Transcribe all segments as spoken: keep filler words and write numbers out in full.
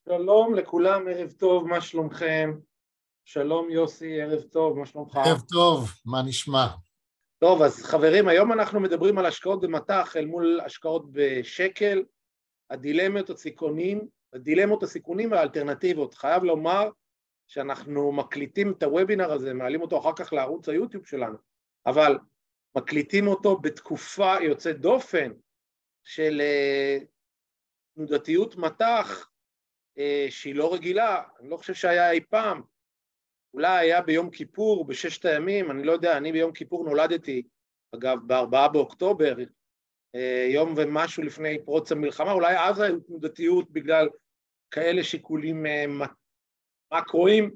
שלום לכולם, ערב טוב, מה שלומכם? שלום יוסי, ערב טוב, מה שלומך? ערב טוב, מה נשמע? טוב, אז חברים, היום אנחנו מדברים על השקעות במטח אל מול השקעות בשקל, הדילמות הסיכונים, הדילמות הסיכונים והאלטרנטיבות. חייב לומר שאנחנו מקליטים את הוובינר הזה, מעלים אותו אחר כך לערוץ היוטיוב שלנו, אבל מקליטים אותו בתקופה יוצאת דופן של תנודתיות מטח, שהיא לא רגילה. אני לא חושב שהיה אי פעם, אולי היה ביום כיפור, בששת הימים, אני לא יודע, אני ביום כיפור נולדתי, אגב, בארבעה באוקטובר, יום ומשהו לפני פרוץ המלחמה, אולי אז היה תנודתיות בגלל כאלה שיקולים מקרואים.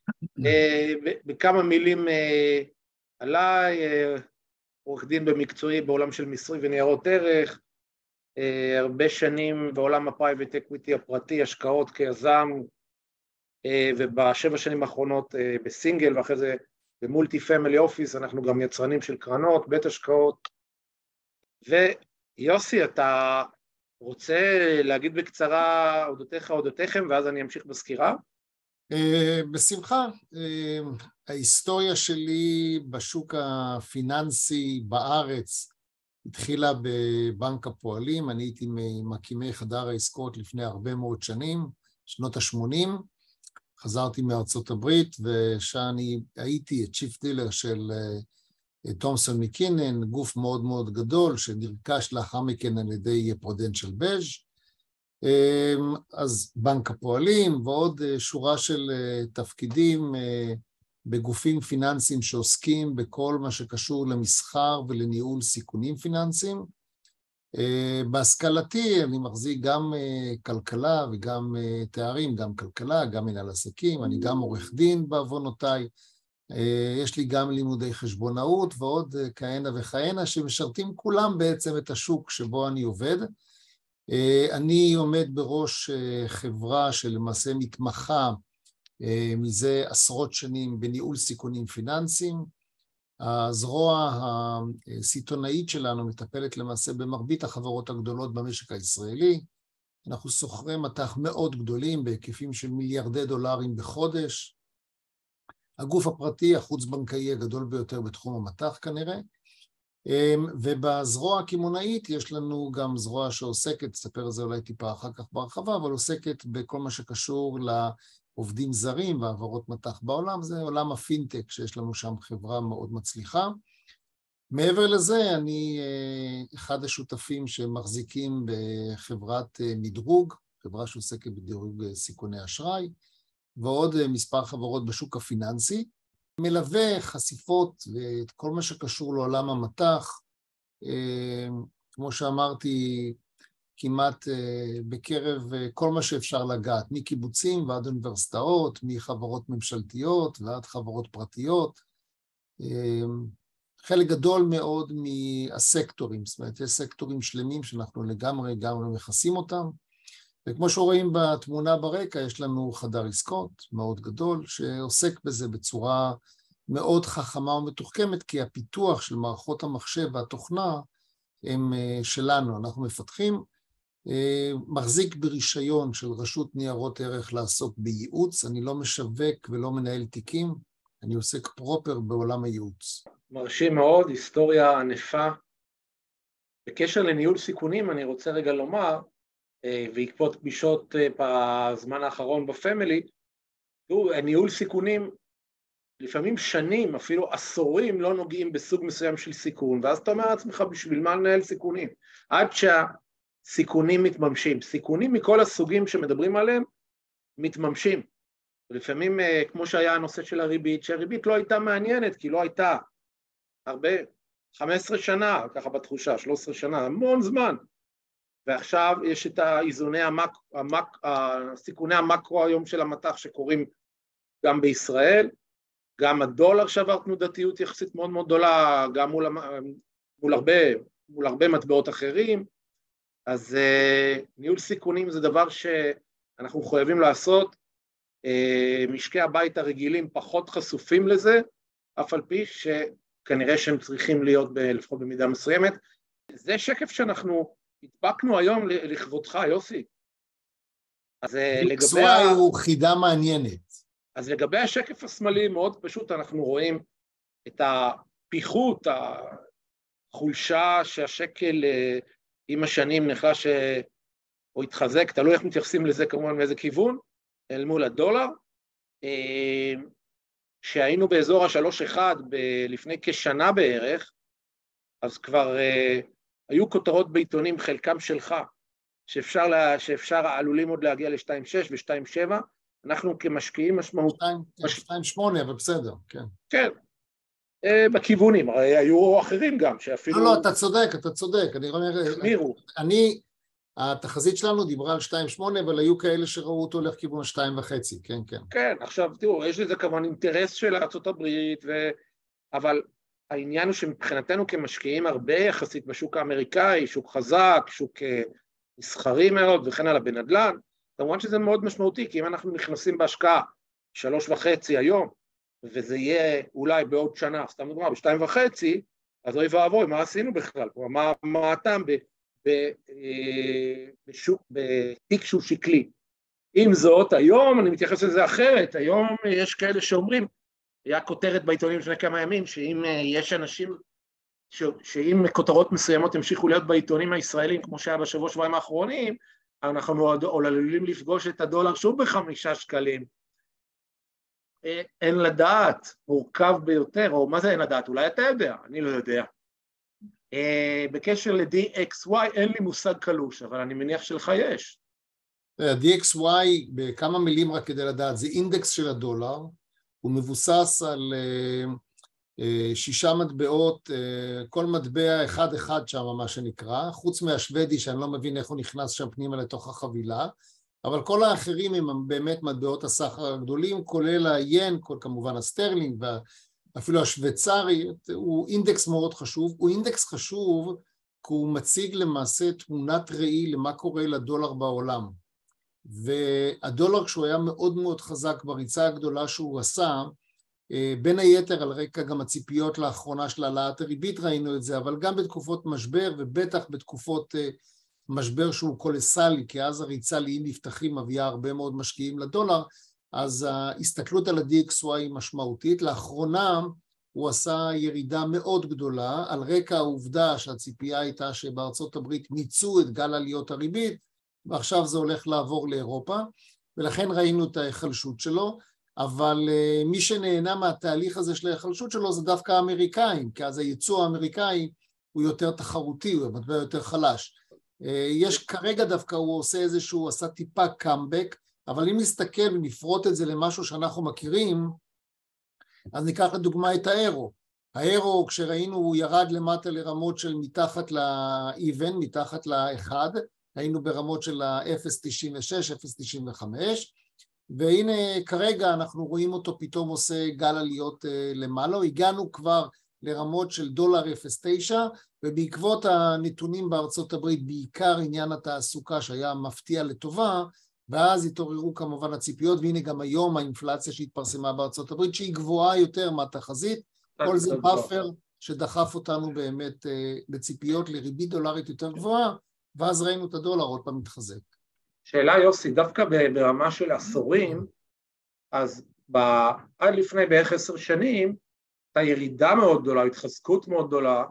בכמה מילים עליי, עורך דין במקצועי בעולם של מיסוי וניירות ערך, הרבה שנים בעולם הפרייבט אקוויטי הפרטי, השקעות כיזם, ובשבע שנים האחרונות בסינגל, ואחרי זה במולטי פמילי אופיס, אנחנו גם יצרנים של קרנות, בית השקעות. ויוסי, אתה רוצה להגיד בקצרה אודותיך, אודותיכם, ואז אני אמשיך בסקירה? בשמחה. ההיסטוריה שלי בשוק הפיננסי בארץ התחילה בבנק הפועלים. אני הייתי ממקימי חדר העסקאות לפני הרבה מאוד שנים, שנות ה-שמונים. חזרתי מארצות הברית, ושאני הייתי צ'יפ דילר של תומסון מקינן, גוף מאוד מאוד גדול, שנרכש לאחר מכן על ידי פרודנציאל בז'. אז בנק הפועלים ועוד שורה של תפקידים בגופים פיננסיים שעוסקים בכל מה שקשור למסחר ולניהול סיכונים פיננסיים. בהשכלתי אני מחזיק גם כלכלה וגם תארים, גם כלכלה, גם מנהל עסקים, אני גם עורך דין בעוונותיי, יש לי גם לימודי חשבונאות ועוד כהנה וכהנה שמשרתים כולם בעצם את השוק שבו אני עובד. אני עומד בראש חברה שלמעשה מתמחה מזה עשרות שנים בניהול סיכונים פיננסיים. הזרוע הסיטונאית שלנו מטפלת למעשה במרבית החברות הגדולות במשק הישראלי. אנחנו סוחרי מטח מאוד גדולים בהיקפים של מיליארדי דולרים בחודש. הגוף הפרטי החוץ-בנקאי הגדול ביותר בתחום המטח כנראה. ובזרוע הקמעונאית יש לנו גם זרוע שעוסקת, תספר על זה אולי טיפה אחר כך בהרחבה, אבל עוסקת בכל מה שקשור לעובדים זרים והעברות מטח בעולם. זה עולם הפינטק שיש לנו שם חברה מאוד מצליחה. מעבר לזה, אני אחד השותפים שמחזיקים בחברת מדרוג, חברה שעוסקת בדירוג סיכוני אשראי, ועוד מספר חברות בשוק הפיננסי. מלווה חשיפות ואת כל מה שקשור לעולם המטח, כמו שאמרתי, כמעט בקרב כל מה שאפשר לגעת, מקיבוצים ועד אוניברסיטאות, מחברות ממשלתיות ועד חברות פרטיות. חלק גדול מאוד מהסקטורים, זאת אומרת, יש סקטורים שלמים שאנחנו לגמרי לגמרי מכסים אותם, וכמו שרואים בתמונה ברקע, יש לנו חדר עסקאות מאוד גדול, שעוסק בזה בצורה מאוד חכמה ומתוחכמת, כי הפיתוח של מערכות המחשב והתוכנה הם שלנו, אנחנו מפתחים. מחזיק ברישיון של רשות ניירות ערך לעסוק בייעוץ, אני לא משווק ולא מנהל תיקים, אני עוסק פרופר בעולם הייעוץ. מרשים מאוד, היסטוריה ענפה. בקשר לניהול סיכונים, אני רוצה רגע לומר, ועקבות פגישות בזמן האחרון בפמילי, ניהול סיכונים, לפעמים שנים, אפילו עשורים, לא נוגעים בסוג מסוים של סיכון, ואז אתה אומר לעצמך, בשביל מה לנהל סיכונים? עד שהסיכונים מתממשים. סיכונים מכל הסוגים שמדברים עליהם, מתממשים. ולפעמים, כמו שהיה הנושא של הריבית, שהריבית לא הייתה מעניינת, כי לא הייתה הרבה, חמש עשרה שנה, ככה בתחושה, שלוש עשרה שנה, המון זמן. ועכשיו יש את האיזוני המק, המק, הסיכוני המקרו היום של המטח שקורים גם בישראל, גם הדולר שעבר תנודתיות יחסית מאוד מאוד גדולה, גם מול, מול, הרבה, מול הרבה מטבעות אחרים. אז uh, ניהול סיכונים זה דבר שאנחנו חייבים לעשות. uh, משקי הבית הרגילים פחות חשופים לזה, אף על פי שכנראה שהם צריכים להיות ב, לפחות במידה מסוימת. זה שקף שאנחנו הדבקנו היום לכבודך, יוסי. אז די לגבי אקס וואי ה... הוא חידה מעניינת. אז לגבי השקף השמאלי מאוד פשוט, אנחנו רואים את הפיחות, החולשה שהשקל עם השנים נחלש או התחזק, תלוי איך מתייחסים לזה כמובן מאיזה כיוון, אל מול הדולר, שהיינו באזור ה-שלוש נקודה אחת לפני כשנה בערך, אז כבר היו כותרות בעיתונים, חלקם שלך, שאפשר, לה, שאפשר עלולים עוד להגיע ל-שתיים נקודה שש ו-שתיים נקודה שבע, אנחנו כמשקיעים משמעות... שתיים נקודה שמונה, אבל בסדר, כן. כן, בכיוונים, הרי היו אחרים גם, שאפילו... לא, לא, אתה צודק, אתה צודק, אני אומר... החמירו. אני, התחזית שלנו דיברה על שתיים נקודה שמונה, אבל היו כאלה שראו אותו הולך כיוון ה-שתיים וחצי, כן, כן. כן, עכשיו, תראו, יש לזה כמובן אינטרס של ארצות הברית, ו... אבל העניין הוא שמבחינתנו כמשקיעים הרבה יחסית בשוק האמריקאי, שוק חזק, שוק מסחרי מאוד וכן הלאה בנדל"ן, כמובן שזה מאוד משמעותי, כי אם אנחנו נכנסים בהשקעה שלוש וחצי היום, וזה יהיה אולי בעוד שנה, סתם דוגמה, בשתיים וחצי, אז אוי ואבוי, מה עשינו בכלל? מה, מה הטעם בתיק שהוא שקלי? עם זאת, היום אני מתייחס לזה אחרת, היום יש כאלה שאומרים, היה כותרת בעיתונים לפני כמה ימים, שאם יש אנשים, ש... שאם כותרות מסוימות המשיכו להיות בעיתונים הישראלים, כמו שהיה בשבוע שבועיים האחרונים, אנחנו עלולים לפגוש את הדולר שוב בחמישה שקלים. אין לדעת, מורכב ביותר, או מה זה אין לדעת? אולי אתה יודע, אני לא יודע. בקשר ל-די אקס וואי אין לי מושג קלוש, אבל אני מניח שלך יש. די אקס וואי, בכמה מילים רק כדי לדעת, זה אינדקס של הדולר, הוא מבוסס על שישה מטבעות, כל מטבע אחד אחד שם מה שנקרא, חוץ מהשוודי שאני לא מבין איך הוא נכנס שם פנימה לתוך החבילה, אבל כל האחרים הם באמת מטבעות הסחר הגדולים, כולל היין, כל כמובן הסטרלינג ואפילו השוויצרי, הוא אינדקס מאוד חשוב, הוא אינדקס חשוב כי הוא מציג למעשה תמונת ראי למה קורה לדולר בעולם, והדולר כשהוא היה מאוד מאוד חזק בריצה הגדולה שהוא עשה, בין היתר על רקע גם הציפיות לאחרונה של העלאת הריבית ראינו את זה, אבל גם בתקופות משבר ובטח בתקופות משבר שהוא קולסלי, כי אז הריצה לאי נפתחים מביאה הרבה מאוד משקיעים לדולר, אז ההסתכלות על ה-די אקס וואי היא משמעותית. לאחרונה הוא עשה ירידה מאוד גדולה על רקע העובדה שהציפייה הייתה שבארצות הברית מיצו את גל עליות הריבית, ועכשיו זה הולך לעבור לאירופה, ולכן ראינו את ההיחלשות שלו, אבל uh, מי שנהנה מהתהליך הזה של ההיחלשות שלו זה דווקא האמריקאים, כי אז הייצוא האמריקאי הוא יותר תחרותי, הוא מטבע יותר חלש. Uh, יש כרגע דווקא, הוא עושה איזשהו, עשה טיפה קאמבק, אבל אם נסתכל ונפרוט את זה למשהו שאנחנו מכירים, אז ניקח לדוגמה את האירו. האירו, כשראינו, הוא ירד למטה לרמות של מתחת ל-even, מתחת ל-אחד, היינו ברמות של ה-אפס נקודה תשעים ושש, אפס נקודה תשעים וחמש, והנה כרגע אנחנו רואים אותו פתאום עושה גל עליות למעלה, הגענו כבר לרמות של דולר אפס נקודה תשע, ובעקבות הנתונים בארצות הברית, בעיקר עניין התעסוקה שהיה מפתיע לטובה, ואז התעוררו כמובן הציפיות, והנה גם היום האינפלציה שהתפרסמה בארצות הברית, שהיא גבוהה יותר מהתחזית, כל זה באפר שדחף אותנו באמת בציפיות לריבית דולרית יותר גבוהה, ואז ראינו את הדולר עוד פעם מתחזק. שאלה יוסי, דווקא ברמה של עשורים, אז עד לפני בערך עשר שנים, הייתה ירידה מאוד גדולה, התחזקות מאוד גדולה,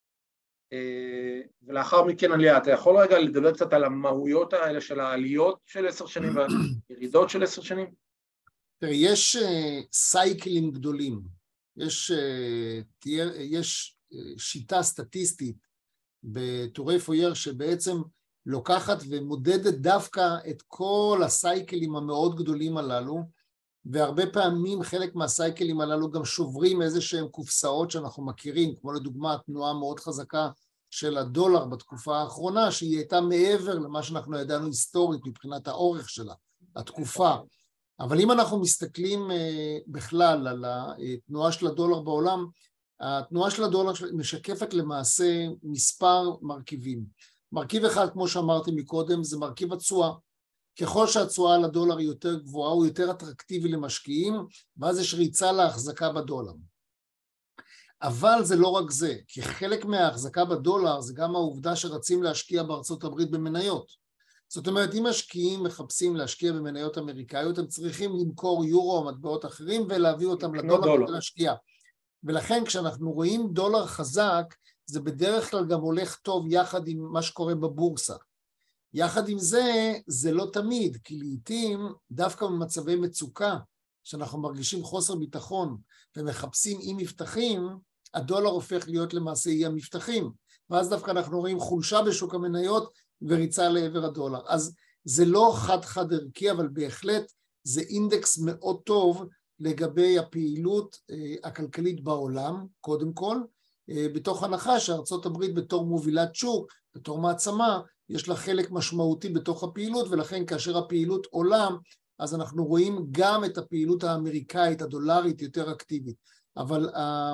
ולאחר מכן עלייה. אתה יכול רגע לדבר קצת על המהויות האלה של העליות של עשר שנים והירידות של עשר שנים? תראה, יש סייקלים גדולים, יש, יש שיטה סטטיסטית בטורי פויר שבעצם לוקחת ומודדת דווקא את כל הסייקלים המאוד גדולים הללו, והרבה פעמים חלק מהסייקלים הללו גם שוברים איזה שהם קופסאות שאנחנו מכירים, כמו לדוגמה תנועה מאוד חזקה של הדולר בתקופה האחרונה, שהיא הייתה מעבר למה שאנחנו ידענו היסטורית מבחינת האורך שלה, התקופה. אבל אם אנחנו מסתכלים בכלל על התנועה של הדולר בעולם, התנועה של הדולר משקפת למעשה מספר מרכיבים. מרכיב אחד, כמו שאמרתי מקודם, זה מרכיב התשואה. ככל שהתשואה על הדולר היא יותר גבוהה, הוא יותר אטרקטיבי למשקיעים, ואז יש ריצה להחזקה בדולר. אבל זה לא רק זה, כי חלק מההחזקה בדולר זה גם העובדה שרצים להשקיע בארצות הברית במניות. זאת אומרת, אם משקיעים מחפשים להשקיע במניות אמריקאיות, הם צריכים למכור יורו או מטבעות אחרים ולהביא אותם לדולר כדי להשקיע. ולכן כשאנחנו רואים דולר חזק, זה בדרך כלל גם הולך טוב יחד עם מה שקורה בבורסה. יחד עם זה, זה לא תמיד, כי לעתים דווקא במצבי מצוקה, שאנחנו מרגישים חוסר ביטחון ומחפשים אי מבטחים, הדולר הופך להיות למעשה אי המבטחים. ואז דווקא אנחנו רואים חולשה בשוק המניות וריצה לעבר הדולר. אז זה לא חד-חד ערכי, אבל בהחלט זה אינדקס מאוד טוב לגבי הפעילות הכלכלית בעולם, קודם כל, בתוך הנחה שארצות הברית בתור מובילת שוק, בתור מעצמה, יש לה חלק משמעותי בתוך הפעילות, ולכן כאשר הפעילות עולה, אז אנחנו רואים גם את הפעילות האמריקאית, הדולרית, יותר אקטיבית. אבל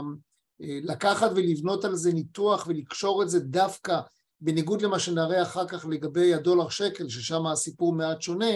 לקחת ולבנות על זה ניתוח ולקשור את זה דווקא, בניגוד למה שנראה אחר כך לגבי הדולר שקל, ששם הסיפור מעט שונה,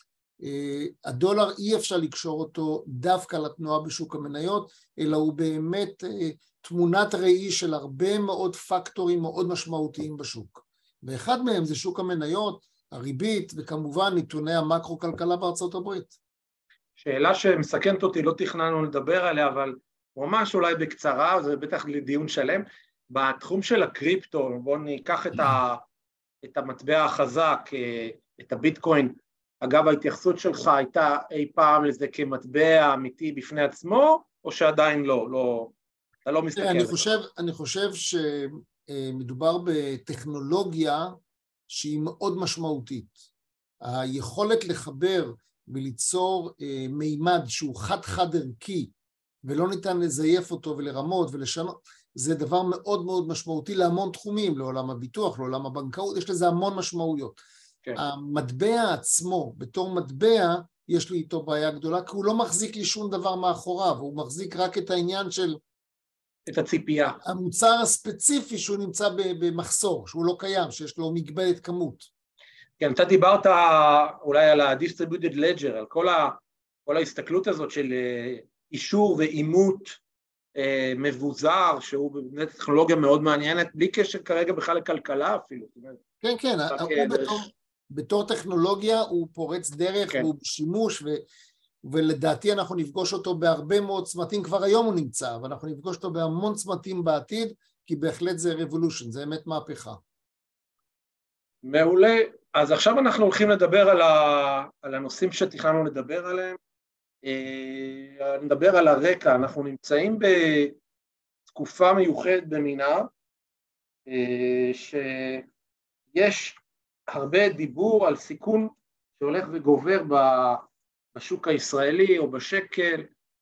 הדולר אי אפשר לקשור אותו דווקא לתנועה בשוק המניות, אלא הוא באמת תמונת ראי של הרבה מאוד פקטורים מאוד משמעותיים בשוק. ואחד מהם זה שוק המניות, הריבית, וכמובן נתוני המקרו-כלכלה בארצות הברית. שאלה שמסכנת אותי, לא תכננו לדבר עליה, אבל ממש אולי בקצרה, זה בטח לדיון שלם, בתחום של הקריפטו, בואו ניקח את, ה, את המטבע החזק, את הביטקוין, אגב ההתייחסות שלך הייתה אי פעם לזה כמטבע אמיתי בפני עצמו, או שעדיין לא, לא, אתה לא מסתכל אני על זה? חושב, אני חושב שמדובר בטכנולוגיה שהיא מאוד משמעותית. היכולת לחבר וליצור מימד שהוא חד-חד ערכי, ולא ניתן לזייף אותו ולרמות ולשנות, זה דבר מאוד מאוד משמעותי להמון תחומים, לעולם הביטוח, לעולם הבנקאות, יש לזה המון משמעויות. כן. המטבע עצמו, בתור מטבע, יש לי איתו בעיה גדולה, כי הוא לא מחזיק לי שום דבר מאחוריו, הוא מחזיק רק את העניין של... את הציפייה. המוצר הספציפי שהוא נמצא במחסור, שהוא לא קיים, שיש לו מגבלת כמות. כן, אתה דיברת אולי על ה-distributed ledger, על כל, ה, כל ההסתכלות הזאת של אישור ואימות אה, מבוזר, שהוא באמת טכנולוגיה מאוד מעניינת, בלי קשר כרגע בכלל לכלכלה אפילו. כן, כן, הוא בתור, בתור טכנולוגיה הוא פורץ דרך, כן. והוא בשימוש, ו, ולדעתי אנחנו נפגוש אותו בהרבה מאוד צמתים, כבר היום הוא נמצא, אבל אנחנו נפגוש אותו בהמון צמתים בעתיד, כי בהחלט זה revolution, זה באמת מהפכה. מעולה, אז עכשיו אנחנו הולכים לדבר על, ה, על הנושאים שתכננו לדבר עליהם, נדבר על הרקע, אנחנו נמצאים בתקופה מיוחדת במינה, שיש הרבה דיבור על סיכון שהולך וגובר בשוק הישראלי או בשקל,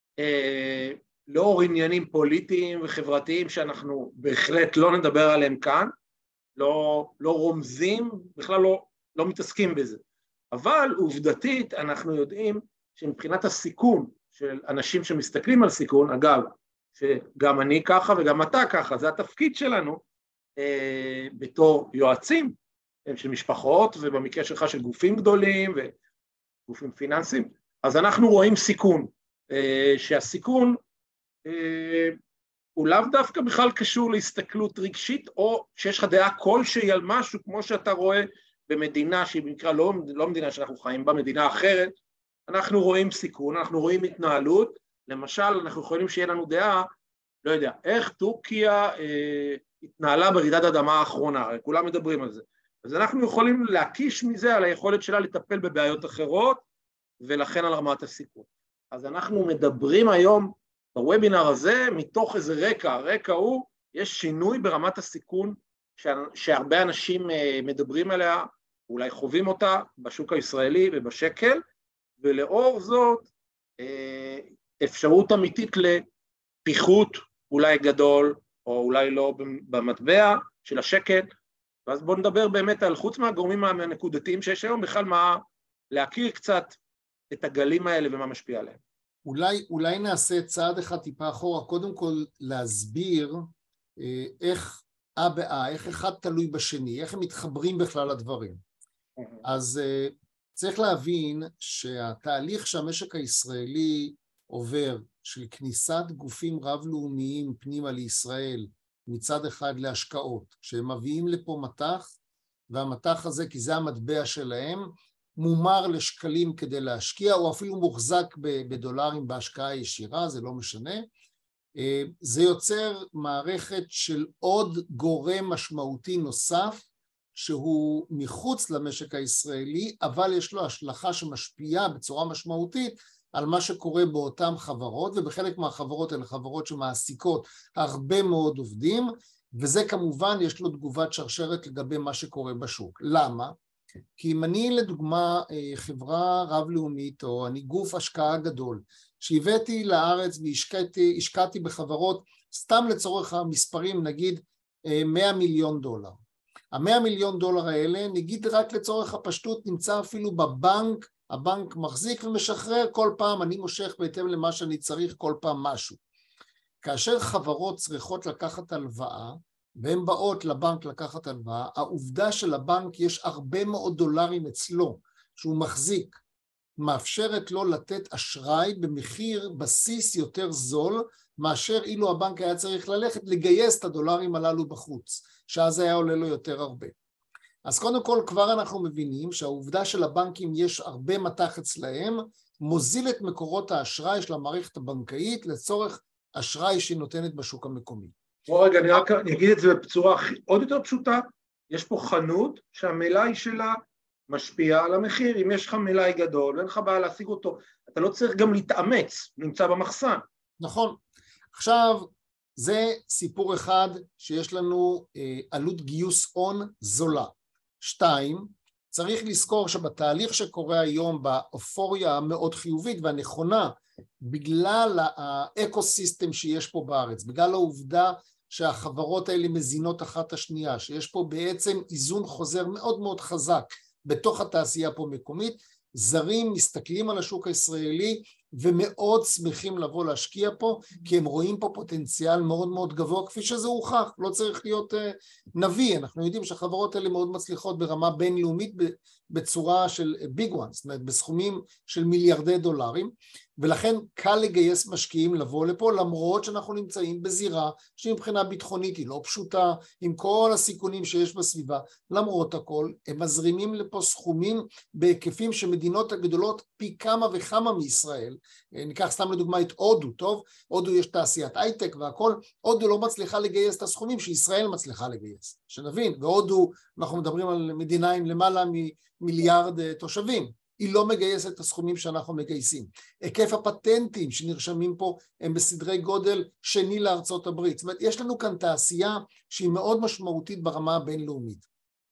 לאור עניינים פוליטיים וחברתיים שאנחנו בהחלט לא נדבר עליהם כאן, לא, לא רומזים, בכלל לא, לא מתעסקים בזה. אבל עובדתית אנחנו יודעים שמבחינת הסיכון של אנשים שמסתכלים על סיכון, אגב, שגם אני ככה וגם אתה ככה, זה התפקיד שלנו אה, בתור יועצים של משפחות, ובמקרה שלך של גופים גדולים וגופים פיננסיים, אז אנחנו רואים סיכון, אה, שהסיכון אה, הוא לאו דווקא בכלל קשור להסתכלות רגשית, או שיש לך דעה כלשהי על משהו, כמו שאתה רואה במדינה שהיא במקרה לא, לא מדינה שאנחנו חיים בה, מדינה אחרת, אנחנו רואים סיכון, אנחנו רואים התנהלות, למשל אנחנו יכולים שיהיה לנו דעה, לא יודע, איך טורקיה אה, התנהלה ברעידת אדמה האחרונה, כולם מדברים על זה, אז אנחנו יכולים להקיש מזה על היכולת שלה לטפל בבעיות אחרות, ולכן על רמת הסיכון. אז אנחנו מדברים היום בוובינר הזה מתוך איזה רקע, הרקע הוא, יש שינוי ברמת הסיכון שהרבה אנשים מדברים עליה, אולי חווים אותה בשוק הישראלי ובשקל, ולאור זאת אפשרות אמיתית לפיחות אולי גדול, או אולי לא במטבע של השקל, ואז בואו נדבר באמת על חוץ מהגורמים הנקודתיים שיש היום, בכלל מה להכיר קצת את הגלים האלה ומה משפיע עליהם. אולי, אולי נעשה צעד אחד טיפה אחורה, קודם כל להסביר אה, איך אה באה, איך אחד תלוי בשני, איך הם מתחברים בכלל לדברים. אז אה, צריך להבין שהתהליך שהמשק הישראלי עובר, של כניסת גופים רב-לאומיים פנימה לישראל, מצד אחד להשקעות, כשהם מביאים לפה מטח, והמטח הזה, כי זה המטבע שלהם, מומר לשקלים כדי להשקיע, או אפילו מוחזק בדולרים בהשקעה ישירה, זה לא משנה. זה יוצר מערכת של עוד גורם משמעותי נוסף, שהוא מחוץ למשק הישראלי, אבל יש לו השלכה שמשפיעה בצורה משמעותית על מה שקורה באותן חברות, ובחלק מהחברות אלה חברות שמעסיקות הרבה מאוד עובדים, וזה כמובן יש לו תגובת שרשרת לגבי מה שקורה בשוק. למה? כי אם אני לדוגמה חברה רב-לאומית, או אני גוף השקעה גדול, שהבאתי לארץ והשקעתי, השקעתי בחברות, סתם לצורך המספרים נגיד מאה מיליון דולר. המאה מיליון דולר האלה, נגיד רק לצורך הפשטות, נמצא אפילו בבנק, הבנק מחזיק ומשחרר כל פעם, אני מושך בהתאם למה שאני צריך כל פעם משהו. כאשר חברות צריכות לקחת הלוואה, והן באות לבנק לקחת הלוואה, העובדה שלבנק יש הרבה מאוד דולרים אצלו, שהוא מחזיק, מאפשרת לו לתת אשראי במחיר בסיס יותר זול, מאשר אילו הבנק היה צריך ללכת לגייס את הדולרים הללו בחוץ, שאז היה עולה לו יותר הרבה. אז קודם כל כבר אנחנו מבינים שהעובדה שלבנקים יש הרבה מטח אצלהם, מוזיל את מקורות האשראי של המערכת הבנקאית לצורך אשראי שהיא נותנת בשוק המקומי. בוא רגע, אני רק אגיד את זה בצורה עוד יותר פשוטה, יש פה חנות שהמלאי שלה משפיע על המחיר, אם יש לך מלאי גדול ואין לך בעיה להשיג אותו, אתה לא צריך גם להתאמץ, נמצא במחסן. נכון. עכשיו, זה סיפור אחד שיש לנו אה, עלות גיוס הון זולה. שתיים, צריך לזכור שבתהליך שקורה היום באופוריה המאוד חיובית והנכונה, בגלל האקוסיסטם שיש פה בארץ, בגלל העובדה שהחברות האלה מזינות אחת השנייה, שיש פה בעצם איזון חוזר מאוד מאוד חזק בתוך התעשייה פה מקומית, זרים מסתכלים על השוק הישראלי ומאוד שמחים לבוא להשקיע פה, כי הם רואים פה פוטנציאל מאוד מאוד גבוה, כפי שזה הוכח, לא צריך להיות uh, נביא, אנחנו יודעים שהחברות האלה מאוד מצליחות ברמה בינלאומית בצורה של ביג וואן, זאת אומרת בסכומים של מיליארדי דולרים, ולכן קל לגייס משקיעים לבוא לפה, למרות שאנחנו נמצאים בזירה שמבחינה ביטחונית היא לא פשוטה, עם כל הסיכונים שיש בסביבה, למרות הכל הם מזרימים לפה סכומים בהיקפים שמדינות הגדולות פי כמה וכמה מישראל, ניקח סתם לדוגמה את הודו, טוב? הודו יש תעשיית הייטק והכל, הודו לא מצליחה לגייס את הסכומים שישראל מצליחה לגייס, שנבין, והודו אנחנו מדברים על מדינה עם למעלה ממיליארד תושבים, היא לא מגייסת את הסכומים שאנחנו מגייסים. היקף הפטנטים שנרשמים פה הם בסדרי גודל שני לארצות הברית. זאת אומרת, יש לנו כאן תעשייה שהיא מאוד משמעותית ברמה הבינלאומית.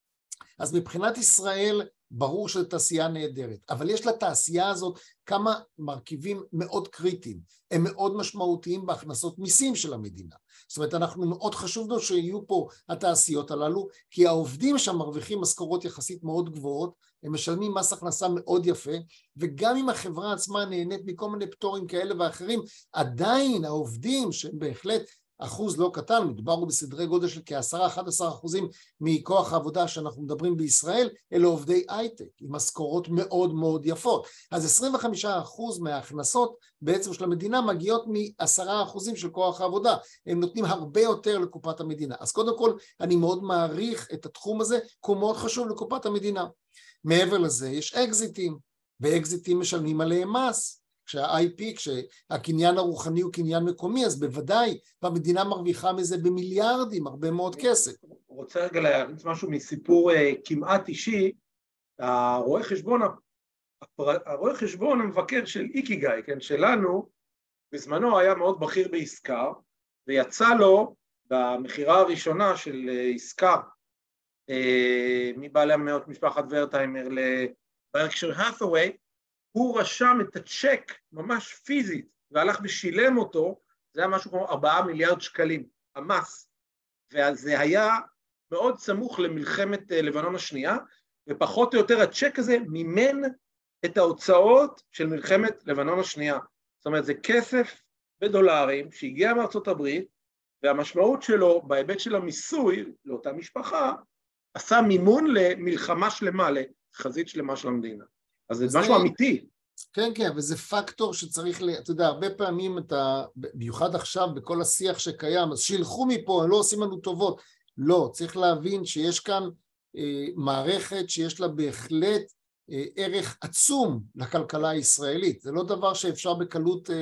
אז מבחינת ישראל, ברור שזו תעשייה נהדרת, אבל יש לתעשייה הזאת כמה מרכיבים מאוד קריטיים, הם מאוד משמעותיים בהכנסות מיסים של המדינה. זאת אומרת, אנחנו מאוד חשוב לו שיהיו פה התעשיות הללו, כי העובדים שם מרוויחים משכורות יחסית מאוד גבוהות, הם משלמים מס הכנסה מאוד יפה, וגם אם החברה עצמה נהנית מכל מיני פטורים כאלה ואחרים, עדיין העובדים שהם בהחלט אחוז לא קטן, מדובר הוא בסדרי גודל של כ-עשרה עד אחד עשר אחוזים מכוח העבודה שאנחנו מדברים בישראל, אלה עובדי הייטק, עם משכורות מאוד מאוד יפות. אז עשרים וחמישה אחוז מההכנסות בעצם של המדינה מגיעות מ-עשרה אחוזים של כוח העבודה, הם נותנים הרבה יותר לקופת המדינה. אז קודם כל אני מאוד מעריך את התחום הזה, כי הוא מאוד חשוב לקופת המדינה. מעבר לזה יש אקזיטים, ואקזיטים משלמים עליהם מס. כשה-איי פי, כשהקניין הרוחני הוא קניין מקומי, אז בוודאי במדינה מרוויחה מזה במיליארדים, הרבה מאוד כסף. רוצה רגע להריץ משהו מסיפור uh, כמעט אישי, הרואה חשבון, הרואה חשבון המבקר של איקיגאי, כן, שלנו, בזמנו היה מאוד בכיר בעסקה, ויצא לו במחירה הראשונה של uh, עסקה, uh, מבעלי המאות משפחת ורטהיימר לברקשר האת'ווי, הוא רשם את הצ'ק ממש פיזית, והלך ושילם אותו, זה היה משהו כמו ארבעה מיליארד שקלים, המס, וזה היה מאוד סמוך למלחמת לבנון השנייה, ופחות או יותר הצ'ק הזה מימן את ההוצאות של מלחמת לבנון השנייה. זאת אומרת, זה כסף בדולרים שהגיע מארצות הברית, והמשמעות שלו בהיבט של המיסוי לאותה משפחה, עשה מימון למלחמה שלמה, לחזית שלמה של המדינה. אז זה משהו אמיתי. כן, כן, וזה פקטור שצריך, אתה יודע, הרבה פעמים אתה, במיוחד עכשיו בכל השיח שקיים, אז שילכו מפה, הם לא עושים לנו טובות. לא, צריך להבין שיש כאן מערכת שיש לה בהחלט ערך עצום לכלכלה הישראלית. זה לא דבר שאפשר בקלות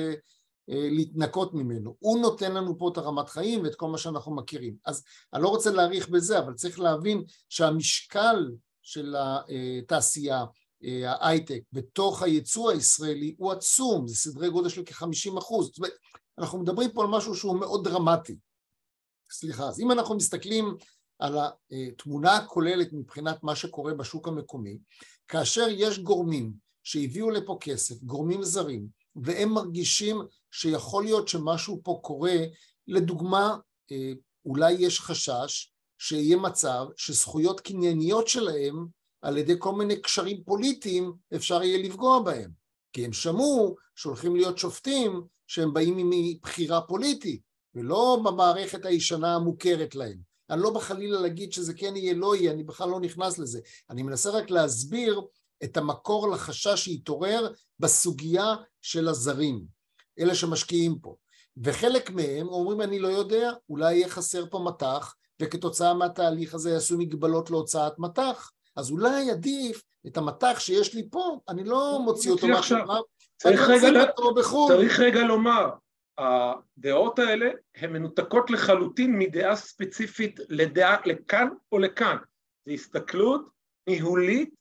להתנקות ממנו. הוא נותן לנו פה את הרמת חיים ואת כל מה שאנחנו מכירים. אז אני לא רוצה להאריך בזה, אבל צריך להבין שהמשקל של התעשייה, ההייטק, בתוך הייצוא הישראלי הוא עצום, זה סדרי גודל של כ-חמישים אחוז. זאת אומרת, אנחנו מדברים פה על משהו שהוא מאוד דרמטי. סליחה, אז אם אנחנו מסתכלים על התמונה הכוללת מבחינת מה שקורה בשוק המקומי, כאשר יש גורמים שהביאו לפה כסף, גורמים זרים, והם מרגישים שיכול להיות שמשהו פה קורה, לדוגמה, אולי יש חשש שיהיה מצב שזכויות קנייניות שלהם, על ידי כל מיני קשרים פוליטיים, אפשר יהיה לפגוע בהם. כי הם שמעו שהולכים להיות שופטים שהם באים מבחירה פוליטית, ולא במערכת הישנה המוכרת להם. אני לא בחלילה להגיד שזה כן יהיה, לא יהיה, אני בכלל לא נכנס לזה. אני מנסה רק להסביר את המקור לחשש שיתעורר בסוגיה של הזרים, אלה שמשקיעים פה. וחלק מהם אומרים, אני לא יודע, אולי יהיה חסר פה מתח, וכתוצאה מהתהליך הזה יעשו מגבלות להוצאת מתח. אז אולי עדיף את המתח שיש לי פה, אני לא מוציא אותו מהשמר, צריך רגע, צריך רגע לומר, הדעות האלה הן מנותקות לחלוטין מדעה ספציפית לדעה לכאן או לכאן. זו הסתכלות ניהולית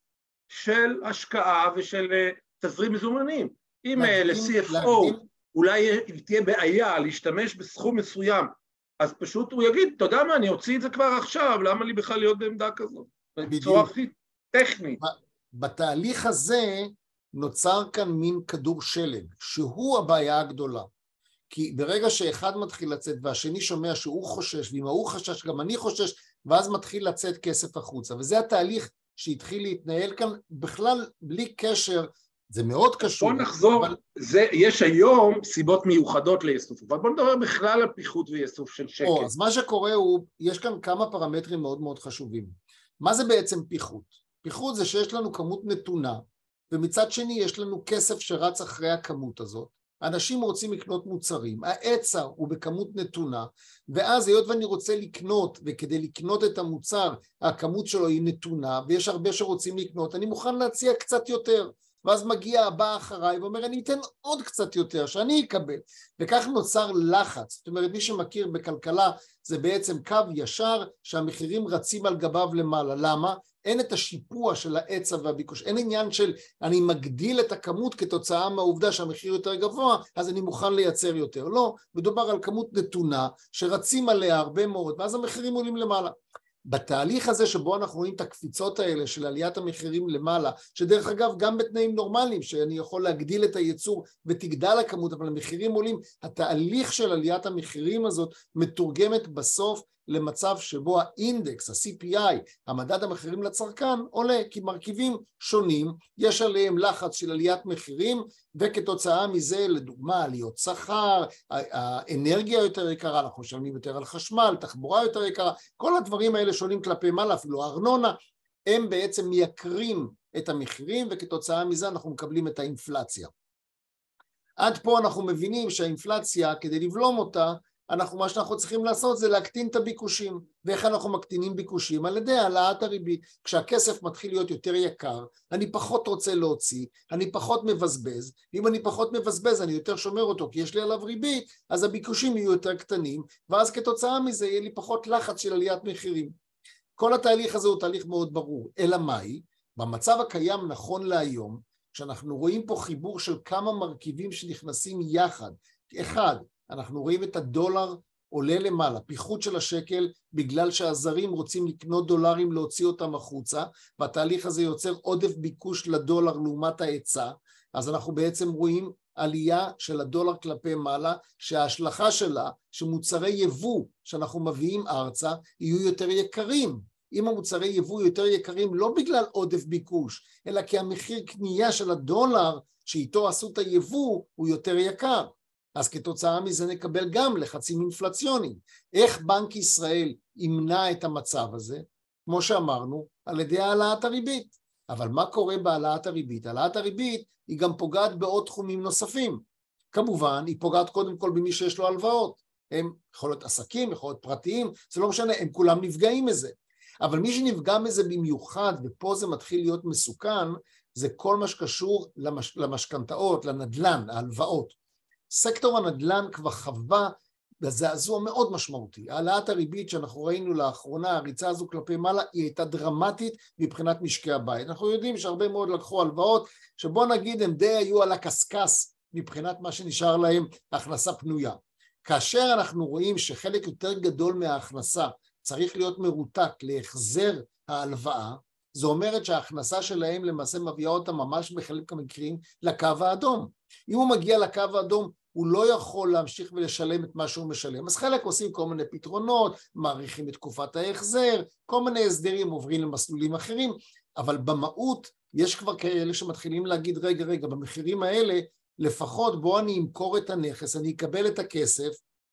של השקעה ושל תזרים מזומנים. אם ל-סי אף או אולי תהיה בעיה להשתמש בסכום מסוים, אז פשוט הוא יגיד, אתה יודע מה, אני אוציא את זה כבר עכשיו, למה לי בכלל להיות בעמדה כזאת? בצורה הכי טכנית. בתהליך הזה נוצר כאן מין כדור שלג, שהוא הבעיה הגדולה. כי ברגע שאחד מתחיל לצאת והשני שומע שהוא חושש, ואם הוא חשש גם אני חושש, ואז מתחיל לצאת כסף החוצה. וזה התהליך שהתחיל להתנהל כאן בכלל בלי קשר, זה מאוד קשור. בוא נחזור, אבל... זה, יש היום סיבות מיוחדות לאיסוף, אבל בוא נדבר בכלל על פיחות ואיסוף של שקל. או, אז מה שקורה הוא, יש כאן כמה פרמטרים מאוד מאוד חשובים. מה זה בעצם פיחות? פיחות זה שיש לנו כמות נתונה, ומצד שני יש לנו כסף שרץ אחרי הכמות הזאת, אנשים רוצים לקנות מוצרים, ההיצע הוא בכמות נתונה, ואז היות ואני רוצה לקנות, וכדי לקנות את המוצר, הכמות שלו היא נתונה, ויש הרבה שרוצים לקנות, אני מוכן להציע קצת יותר, ואז מגיע הבא אחריי ואומר, אני אתן עוד קצת יותר, שאני אקבל, וכך נוצר לחץ. זאת אומרת, מי שמכיר בכלכלה, זה בעצם קו ישר, שהמחירים רצים על גביו למעלה. למה? אין את השיפוע של ההיצע והביקוש, אין עניין של אני מגדיל את הכמות כתוצאה מהעובדה שהמחיר יותר גבוה, אז אני מוכן לייצר יותר. לא, מדובר על כמות נתונה שרצים עליה הרבה מאוד, ואז המחירים עולים למעלה. בתהליך הזה שבו אנחנו רואים את הקפיצות האלה של עליית המחירים למעלה, שדרך אגב גם בתנאים נורמליים, שאני יכול להגדיל את הייצור ותגדל הכמות, אבל המחירים עולים, התהליך של עליית המחירים הזאת מתורגמת בסוף למצב שבו האינדקס, ה-סי פי איי, המדד המחירים לצרכן, עולה, כי מרכיבים שונים, יש עליהם לחץ של עליית מחירים, וכתוצאה מזה, לדוגמה, עליות שכר, האנרגיה יותר יקרה, אנחנו משלמים יותר על חשמל, תחבורה יותר יקרה, כל הדברים האלה שונים כלפי מעלה, אפילו הארנונה, הם בעצם מייקרים את המחירים, וכתוצאה מזה אנחנו מקבלים את האינפלציה. עד פה אנחנו מבינים שהאינפלציה, כדי לבלום אותה, אנחנו, מה שאנחנו צריכים לעשות זה להקטין את הביקושים. ואיך אנחנו מקטינים ביקושים? על ידי העלאת הריבית. כשהכסף מתחיל להיות יותר יקר, אני פחות רוצה להוציא, אני פחות מבזבז, ואם אני פחות מבזבז אני יותר שומר אותו, כי יש לי עליו ריבית, אז הביקושים יהיו יותר קטנים, ואז כתוצאה מזה יהיה לי פחות לחץ של עליית מחירים. כל התהליך הזה הוא תהליך מאוד ברור. אלא מהי? במצב הקיים נכון להיום, כשאנחנו רואים פה חיבור של כמה מרכיבים שנכנסים יחד, אחד, אנחנו רואים את הדולר עולה למעלה, פיחות של השקל, בגלל שהזרים רוצים לקנות דולרים, להוציא אותם החוצה, והתהליך הזה יוצר עודף ביקוש לדולר לעומת ההיצע, אז אנחנו בעצם רואים עלייה של הדולר כלפי מעלה, שההשלכה שלה, שמוצרי יבוא שאנחנו מביאים ארצה, יהיו יותר יקרים. אם המוצרי יבוא יותר יקרים, לא בגלל עודף ביקוש, אלא כי המחיר קנייה של הדולר, שאיתו עשו את היבוא, הוא יותר יקר. אז כתוצאה מזה נקבל גם לחצים אינפלציוניים. איך בנק ישראל ימנע את המצב הזה? כמו שאמרנו, על ידי העלאת הריבית. אבל מה קורה בהעלאת הריבית? העלאת הריבית היא גם פוגעת בעוד תחומים נוספים. כמובן, היא פוגעת קודם כל במי שיש לו הלוואות. הם יכול להיות עסקים, יכול להיות פרטיים, זה לא משנה, הם כולם נפגעים מזה. אבל מי שנפגע מזה במיוחד, ופה זה מתחיל להיות מסוכן, זה כל מה שקשור למש, למשכנתאות, לנדלן, ההלוואות. סקטור הנדלן כבר חווה בזעזוע מאוד משמעותי. העלאת הריבית שאנחנו ראינו לאחרונה, הריצה הזו כלפי מעלה, היא הייתה דרמטית מבחינת משקי הבית. אנחנו יודעים שהרבה מאוד לקחו הלוואות, שבוא נגיד הם די היו על הקסקס מבחינת מה שנשאר להם הכנסה פנויה. כאשר אנחנו רואים שחלק יותר גדול מההכנסה צריך להיות מרותק להחזר ההלוואה, זו אומרת שההכנסה שלהם למעשה מביאה אותה ממש בחלק המקרים לקו האדום. אם הוא מגיע לקו האדום, הוא לא יכול להמשיך ולשלם את מה שהוא משלם. אז חלק עושים כל מיני פתרונות, מעריכים את תקופת ההחזר, כל מיני הסדרים עוברים למסלולים אחרים, אבל במהות יש כבר כאלה שמתחילים להגיד, רגע, רגע, במחירים האלה, לפחות בוא אני אמכור את הנכס, אני אקבל את הכסף,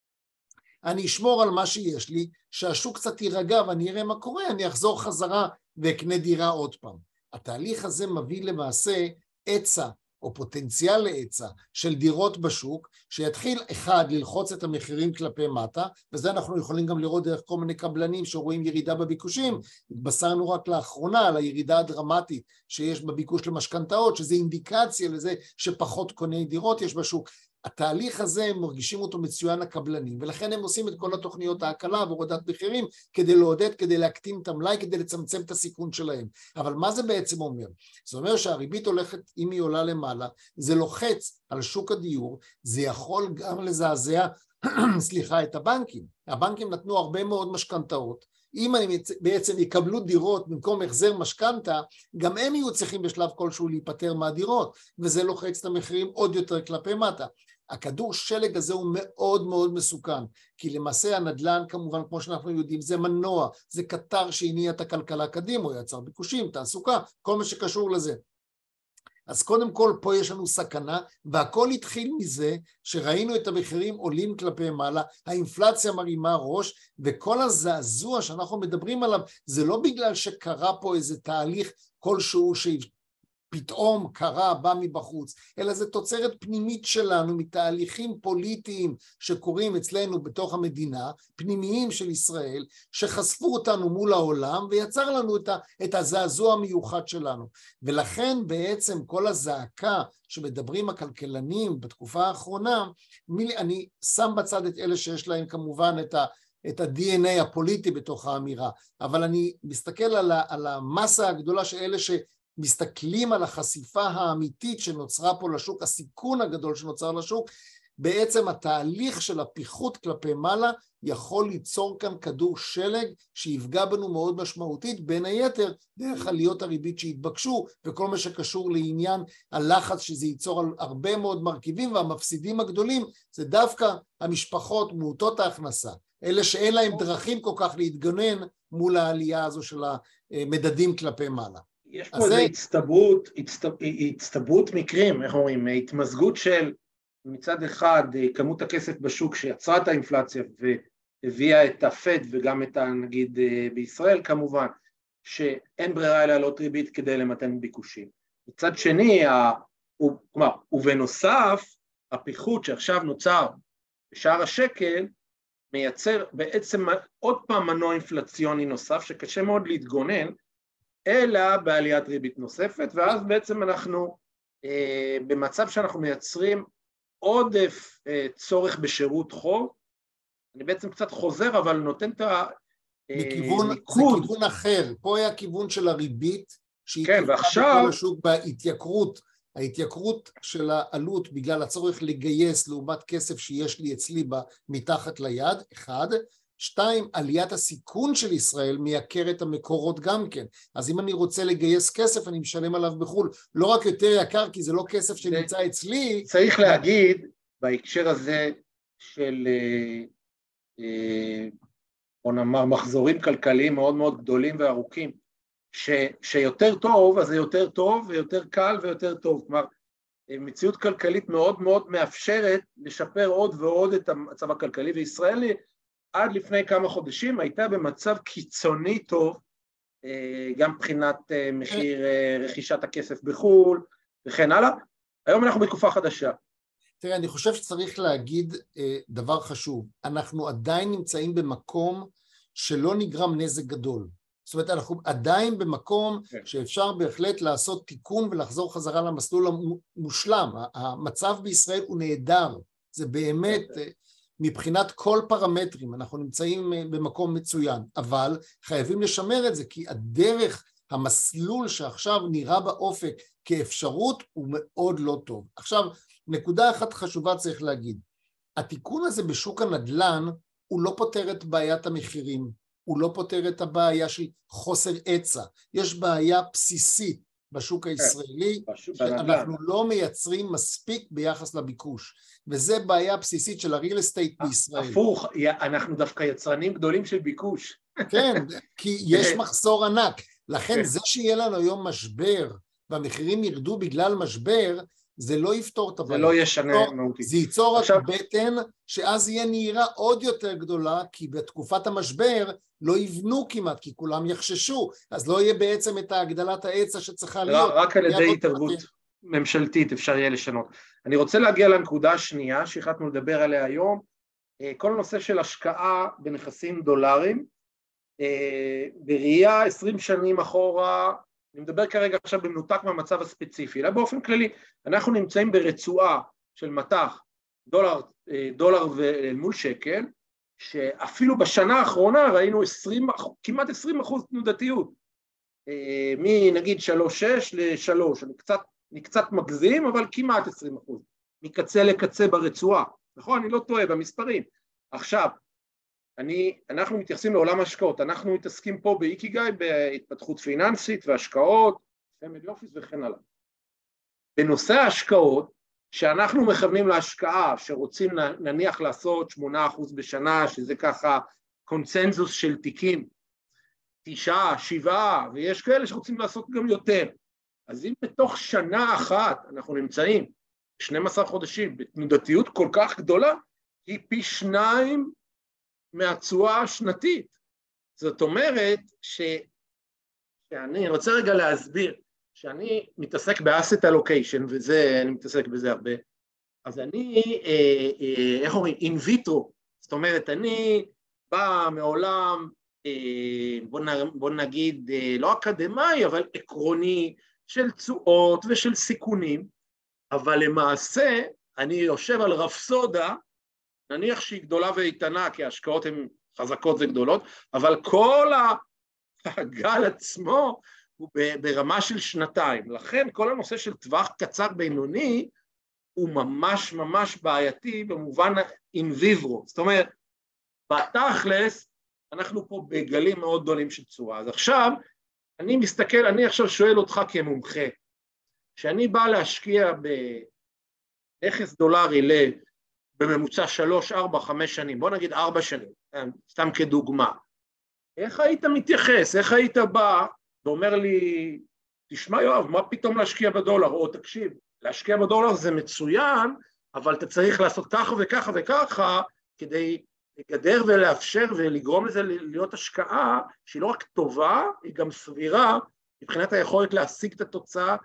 אני אשמור על מה שיש לי, שהשוק קצת יירגע ואני אראה מה קורה, אני אחזור חזרה ואקנה דירה עוד פעם. התהליך הזה מביא למעשה עצה, או פוטנציאל לעצה של דירות בשוק, שיתחיל אחד ללחוץ את המחירים כלפי מטה, וזה אנחנו יכולים גם לראות דרך כל מיני קבלנים שרואים ירידה בביקושים. התבשרנו רק לאחרונה על הירידה הדרמטית שיש בביקוש למשכנתאות, שזה אינדיקציה לזה שפחות קוני דירות יש בשוק. התהליך הזה הם מרגישים אותו מצוין הקבלנים, ולכן הם עושים את כל התוכניות ההקלה והורדת מחירים כדי לעודד, כדי להקטין את המלאי, כדי לצמצם את הסיכון שלהם. אבל מה זה בעצם אומר? זה אומר שהריבית הולכת, אם היא עולה למעלה, זה לוחץ על שוק הדיור, זה יכול גם לזעזע, סליחה, את הבנקים. הבנקים נתנו הרבה מאוד משכנתאות, אם אני בעצם יקבלו דירות במקום החזר משכנתה, גם הם יהיו צריכים בשלב כלשהו להיפטר מהדירות, וזה לוחץ את המחירים עוד יותר כלפי מטה. הכדור שלג הזה הוא מאוד מאוד מסוכן, כי למעשה הנדל"ן כמובן כמו שאנחנו יודעים זה מנוע, זה קטר שהניע את הכלכלה קדימה, הוא יצר ביקושים, תעסוקה, כל מה שקשור לזה. אז קודם כל פה יש לנו סכנה, והכל התחיל מזה שראינו את המחירים עולים כלפי מעלה, האינפלציה מרימה ראש, וכל הזעזוע שאנחנו מדברים עליו, זה לא בגלל שקרה פה איזה תהליך כלשהו שפתאום קרה, בא מבחוץ, אלא זה תוצרת פנימית שלנו, מתהליכים פוליטיים שקורים אצלנו בתוך המדינה, פנימיים של ישראל, שחשפו אותנו מול העולם, ויצר לנו את, ה, את הזעזוע המיוחד שלנו. ולכן בעצם כל הזעקה שמדברים הכלכלנים בתקופה האחרונה, אני שם בצד את אלה שיש להם כמובן את ה... את ה-די אן איי הפוליטי בתוך האמירה, אבל אני מסתכל על, ה, על המסה הגדולה של אלה שמסתכלים על החשיפה האמיתית שנוצרה פה לשוק, הסיכון הגדול שנוצר לשוק, בעצם התהליך של הפיחות כלפי מעלה יכול ליצור כאן כדור שלג שיפגע בנו מאוד משמעותית, בין היתר דרך עליות הריבית שהתבקשו וכל מה שקשור לעניין הלחץ שזה ייצור על הרבה מאוד מרכיבים, והמפסידים הגדולים זה דווקא המשפחות מעוטות ההכנסה, אלה שאין להם דרכים כל כך להתגונן מול העלייה הזו של המדדים כלפי מעלה. יש פה איזו הצטברות, הצטברות מקרים, איך אומרים, התמזגות של מצד אחד כמות הכסף בשוק שיצרה את האינפלציה והביאה את הפד וגם את הנגיד בישראל כמובן, שאין ברירה להעלות ריבית כדי למתן ביקושים. מצד שני, כלומר, ובנוסף, הפיחות שעכשיו נוצר בשער השקל, מייצר בעצם עוד פעם מנוע אינפלציוני נוסף שקשה מאוד להתגונן, אלא בעליית ריבית נוספת, ואז בעצם אנחנו אה, במצב שאנחנו מייצרים עודף אה, צורך בשירות חוב, אני בעצם קצת חוזר, אבל נותן את מכיוון, הניקוד. זה כיוון אחר, פה היה כיוון של הריבית, שהיא כן, ועכשיו... השוק בהתייקרות, ההתייקרות של העלות בגלל הצורך לגייס לעומת כסף שיש לי אצלי מתחת ליד, אחד, שתיים, עליית הסיכון של ישראל מייקר את המקורות גם כן, אז אם אני רוצה לגייס כסף אני משלם עליו בחול, לא רק יותר יקר כי זה לא כסף שנמצא אצלי. צריך להגיד בהקשר הזה של, בוא נאמר, מחזורים כלכליים מאוד מאוד גדולים וארוכים, ש, שיותר טוב, אז זה יותר טוב ויותר קל ויותר טוב, כלומר, מציאות כלכלית מאוד מאוד מאפשרת לשפר עוד ועוד את המצב הכלכלי, וישראלי עד לפני כמה חודשים הייתה במצב קיצוני טוב, גם מבחינת מחיר רכישת הכסף בחול וכן הלאה. היום אנחנו בתקופה חדשה. תראה, אני חושב שצריך להגיד דבר חשוב, אנחנו עדיין נמצאים במקום שלא נגרם נזק גדול. זאת אומרת, אנחנו עדיין במקום שאפשר בהחלט לעשות תיקון ולחזור חזרה למסלול המושלם. המצב בישראל הוא נהדר, זה באמת מבחינת כל פרמטרים, אנחנו נמצאים במקום מצוין, אבל חייבים לשמר את זה, כי הדרך, המסלול שעכשיו נראה באופק כאפשרות הוא מאוד לא טוב. עכשיו, נקודה אחת חשובה צריך להגיד, התיקון הזה בשוק הנדל"ן הוא לא פותר את בעיית המחירים, הוא לא פותר את הבעיה של חוסר היצע, יש בעיה בסיסית בשוק הישראלי, שאנחנו לא מייצרים מספיק ביחס לביקוש, וזה בעיה בסיסית של הריל אסטייט בישראל. הפוך, אנחנו דווקא יצרנים גדולים של ביקוש. כן, כי יש מחסור ענק, לכן זה שיהיה לנו היום משבר, והמחירים ירדו בגלל משבר, זה לא יפתור את הבעיה. זה לא ישנה מהותית. זה ייצור רק בטן, שאז יהיה נהירה עוד יותר גדולה, כי בתקופת המשבר לא יבנו כמעט, כי כולם יחששו, אז לא יהיה בעצם את הגדלת ההיצע שצריכה להיות. רק על ידי התערבות ממשלתית אפשר יהיה לשנות. אני רוצה להגיע לנקודה השנייה, שהחלטנו לדבר עליה היום, כל הנושא של השקעה בנכסים דולרים, בראייה עשרים שנים אחורה, אני מדבר כרגע עכשיו במנותק מהמצב הספציפי, אלא באופן כללי, אנחנו נמצאים ברצועה של מטח דולר, דולר מול שקל, שאפילו בשנה האחרונה ראינו עשרים, כמעט עשרים אחוז תנודתיות, מנגיד שלוש שש ל-שלוש, אני קצת, אני קצת מגזים, אבל כמעט עשרים אחוז, מקצה לקצה ברצועה, נכון? אני לא טועה במספרים. עכשיו, אני, אנחנו מתייחסים לעולם ההשקעות, אנחנו מתעסקים פה באיקיגאי, בהתפתחות פיננסית והשקעות, פמילי אופיס וכן הלאה. בנושא ההשקעות, שאנחנו מכוונים להשקעה, שרוצים נניח לעשות שמונה אחוז בשנה, שזה ככה קונצנזוס של תיקים, תשעה, שבעה, ויש כאלה שרוצים לעשות גם יותר. אז אם בתוך שנה אחת אנחנו נמצאים, שנים עשר חודשים, בתנודתיות כל כך גדולה, היא פי שניים, מהתשואה השנתית. זאת אומרת ש... שאני רוצה רגע להסביר, שאני מתעסק ב-asset allocation, וזה, אני מתעסק בזה הרבה, אז אני, אה, אה, איך אומרים, in vitro, זאת אומרת, אני בא מעולם, אה, בוא, נ, בוא נגיד, אה, לא אקדמי, אבל עקרוני, של תשואות ושל סיכונים, אבל למעשה, אני יושב על רפסודה, נניח שהיא גדולה ואיתנה, כי ההשקעות הן חזקות וגדולות, אבל כל הגל עצמו הוא ברמה של שנתיים. לכן כל הנושא של טווח קצר בינוני, הוא ממש ממש בעייתי במובן אין ויברו. זאת אומרת, בתכלס, אנחנו פה בגלים מאוד גדולים של תשואה. אז עכשיו, אני מסתכל, אני עכשיו שואל אותך כמומחה, שאני בא להשקיע בנכס דולרי ל... בממוצע שלוש, ארבע, חמש שנים, בוא נגיד ארבע שנים, סתם כדוגמה. איך היית מתייחס? איך היית בא ואומר לי, תשמע יואב, מה פתאום להשקיע בדולר? או תקשיב, להשקיע בדולר זה מצוין, אבל אתה צריך לעשות ככה וככה וככה, כדי לגדר ולאפשר ולגרום לזה להיות השקעה, שהיא לא רק טובה, היא גם סבירה, מבחינת היכולת להשיג את התוצאה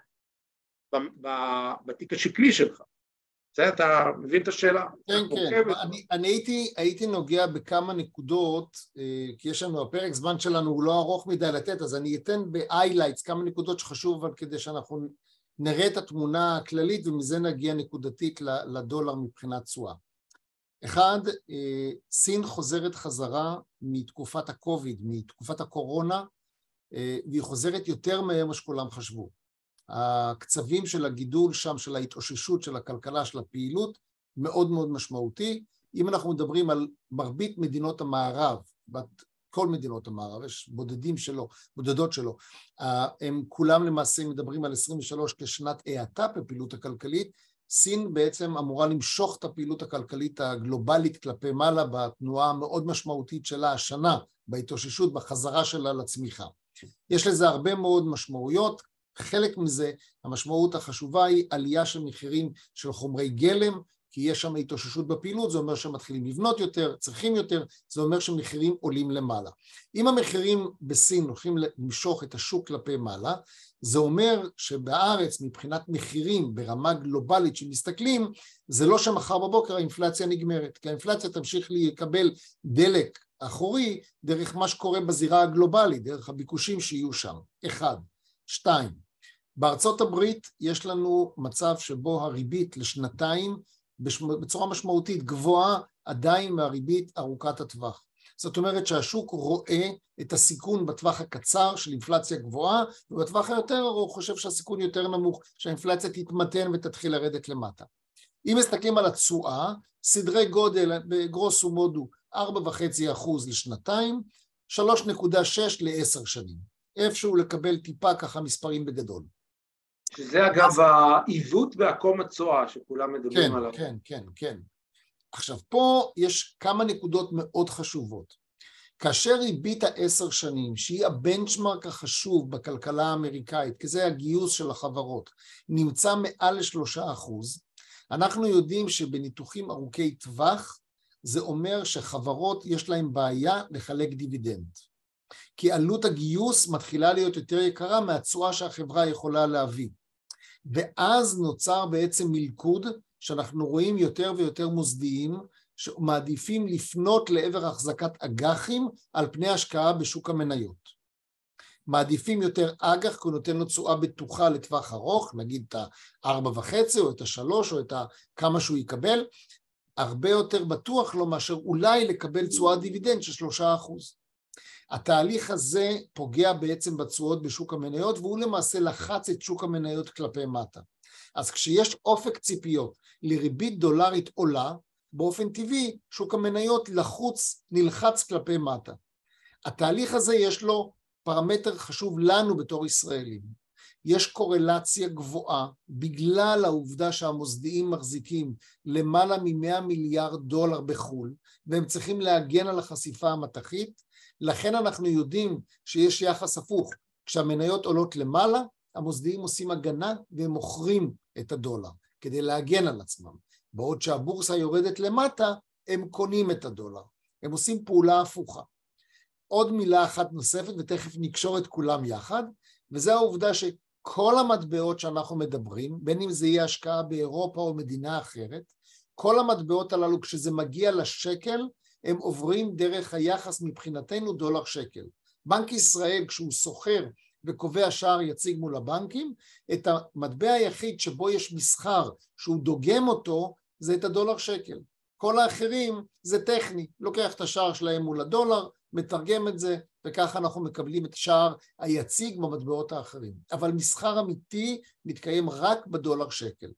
בתיק השקלי שלך. זה אתה מבין את השאלה? כן, כן. אני, אני הייתי, הייתי נוגע בכמה נקודות, כי יש לנו, הפרק זמן שלנו הוא לא ארוך מדי לתת, אז אני אתן ב-highlights כמה נקודות שחשוב, אבל כדי שאנחנו נראה את התמונה הכללית, ומזה נגיע נקודתית לדולר מבחינת תשואה. אחד, סין חוזרת חזרה מתקופת הקוביד, מתקופת הקורונה, והיא חוזרת יותר מהר מה שכולם חשבו. הקצבים של הגידול שם, של ההתאוששות של הכלכלה, של הפעילות, מאוד מאוד משמעותי. אם אנחנו מדברים על מרבית מדינות המערב, כל מדינות המערב, יש בודדים שלו, בודדות שלו, הם כולם למעשה מדברים על עשרים ושלוש כשנת האטה בפעילות הכלכלית, סין בעצם אמורה למשוך את הפעילות הכלכלית הגלובלית כלפי מעלה, בתנועה המאוד משמעותית שלה השנה, בהתאוששות, בחזרה שלה לצמיחה. יש לזה הרבה מאוד משמעויות, חלק מזה, המשמעות החשובה היא עלייה של מחירים של חומרי גלם, כי יש שם התאוששות בפעילות, זה אומר שמתחילים לבנות יותר, צריכים יותר, זה אומר שמחירים עולים למעלה. אם המחירים בסין הולכים למשוך את השוק כלפי מעלה, זה אומר שבארץ מבחינת מחירים ברמה גלובלית שמסתכלים, זה לא שמחר בבוקר האינפלציה נגמרת, כי האינפלציה תמשיך לקבל דלק האחורי דרך מה שקורה בזירה הגלובלית, דרך הביקושים שיהיו שם. אחד. שתיים. בארצות הברית יש לנו מצב שבו הריבית לשנתיים בצורה משמעותית גבוהה עדיין מהריבית ארוכת הטווח. זאת אומרת שהשוק רואה את הסיכון בטווח הקצר של אינפלציה גבוהה, ובטווח היותר ארוך חושב שהסיכון יותר נמוך, שהאינפלציה תתמתן ותתחיל לרדת למטה. אם מסתכלים על התשואה, סדרי גודל בגרוסו מודו ארבע נקודה חמש אחוז לשנתיים, שלוש נקודה שש לעשר שנים. איפשהו לקבל טיפה ככה מספרים בגדול. שזה אגב העיוות בעקום התשואה שכולם מדברים כן, עליו. כן, כן, כן. עכשיו פה יש כמה נקודות מאוד חשובות. כאשר ריבית העשר שנים, שהיא הבנצ'מרק החשוב בכלכלה האמריקאית, כי זה הגיוס של החברות, נמצא מעל לשלושה אחוז, אנחנו יודעים שבניתוחים ארוכי טווח, זה אומר שחברות יש להן בעיה לחלק דיבידנד. כי עלות הגיוס מתחילה להיות יותר יקרה מהתשואה שהחברה יכולה להביא. ואז נוצר בעצם מלכוד שאנחנו רואים יותר ויותר מוסדיים שמעדיפים לפנות לעבר החזקת אג"חים על פני השקעה בשוק המניות. מעדיפים יותר אג"ח כי הוא נותן לו תשואה בטוחה לטווח ארוך, נגיד את ה-ארבע וחצי או את ה-שלוש או את כמה שהוא יקבל, הרבה יותר בטוח לו מאשר אולי לקבל תשואה דיבידנד של שלושה אחוז. התהליך הזה פוגע בעצם בתשואות בשוק המניות, והוא למעשה לחץ את שוק המניות כלפי מטה. אז כשיש אופק ציפיות לריבית דולרית עולה, באופן טבעי שוק המניות לחוץ, נלחץ כלפי מטה. התהליך הזה יש לו פרמטר חשוב לנו בתור ישראלים. יש קורלציה גבוהה בגלל העובדה שהמוסדיים מחזיקים למעלה מ-מאה מיליארד דולר בחול, והם צריכים להגן על החשיפה המתחית. לכן אנחנו יודעים שיש יחס הפוך. כשהמניות עולות למעלה, המוסדיים עושים הגנה והם מוכרים את הדולר כדי להגן על עצמם. בעוד שהבורסה יורדת למטה, הם קונים את הדולר. הם עושים פעולה הפוכה. עוד מילה אחת נוספת, ותכף נקשור את כולם יחד, וזה העובדה שכל המטבעות שאנחנו מדברים, בין אם זה יהיה השקעה באירופה או מדינה אחרת, כל המטבעות הללו כשזה מגיע לשקל, הם עוברים דרך היחס מבחינתנו דולר שקל. בנק ישראל כשהוא סוחר וקובע שער יציג מול הבנקים, את המטבע היחיד שבו יש מסחר שהוא דוגם אותו, זה את הדולר שקל. כל האחרים זה טכני, לוקח את השער שלהם מול הדולר, מתרגם את זה, וככה אנחנו מקבלים את השער היציג במטבעות האחרים. אבל מסחר אמיתי מתקיים רק בדולר שקל.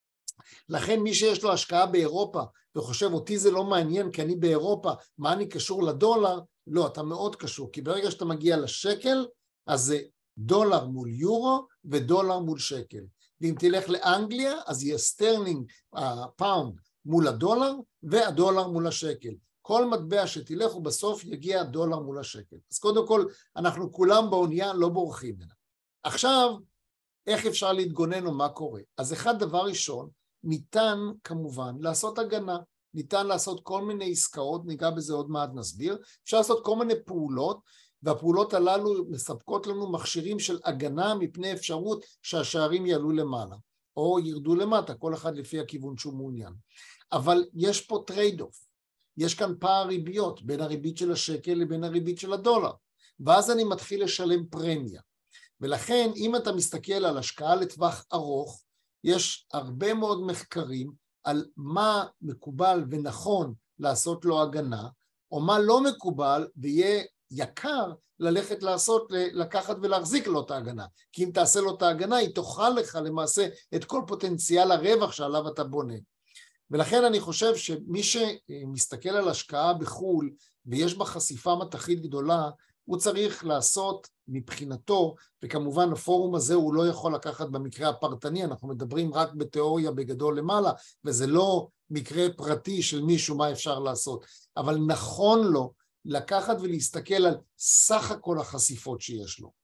לכן מי שיש לו השקעה באירופה וחושב אותי זה לא מעניין כי אני באירופה, מה אני קשור לדולר? לא, אתה מאוד קשור, כי ברגע שאתה מגיע לשקל, אז זה דולר מול יורו ודולר מול שקל. ואם תלך לאנגליה, אז יהיה סטרלינג, פאונד מול הדולר והדולר מול השקל. כל מטבע שתלך ובסוף יגיע דולר מול השקל. אז קודם כל, אנחנו כולם באונייה לא בורחים ממנה. עכשיו, איך אפשר להתגונן או מה קורה? אז אחד דבר ראשון, ניתן כמובן לעשות הגנה, ניתן לעשות כל מיני עסקאות, ניגע בזה עוד מעט נסביר, אפשר לעשות כל מיני פעולות, והפעולות הללו מספקות לנו מכשירים של הגנה מפני אפשרות שהשערים יעלו למעלה, או ירדו למטה, כל אחד לפי הכיוון שהוא מעוניין. אבל יש פה טרייד אוף, יש כאן פער ריביות בין הריבית של השקל לבין הריבית של הדולר, ואז אני מתחיל לשלם פרמיה. ולכן אם אתה מסתכל על השקעה לטווח ארוך, יש הרבה מאוד מחקרים על מה מקובל ונכון לעשות לו הגנה, או מה לא מקובל ויהיה יקר ללכת לעשות, לקחת ולהחזיק לו את ההגנה. כי אם תעשה לו את ההגנה, היא תאכל לך למעשה את כל פוטנציאל הרווח שעליו אתה בונה. ולכן אני חושב שמי שמסתכל על השקעה בחול ויש בה חשיפה מתחית גדולה, הוא צריך לעשות מבחינתו, וכמובן הפורום הזה הוא לא יכול לקחת במקרה הפרטני, אנחנו מדברים רק בתיאוריה בגדול למעלה, וזה לא מקרה פרטי של מישהו מה אפשר לעשות, אבל נכון לו לקחת ולהסתכל על סך הכל החשיפות שיש לו.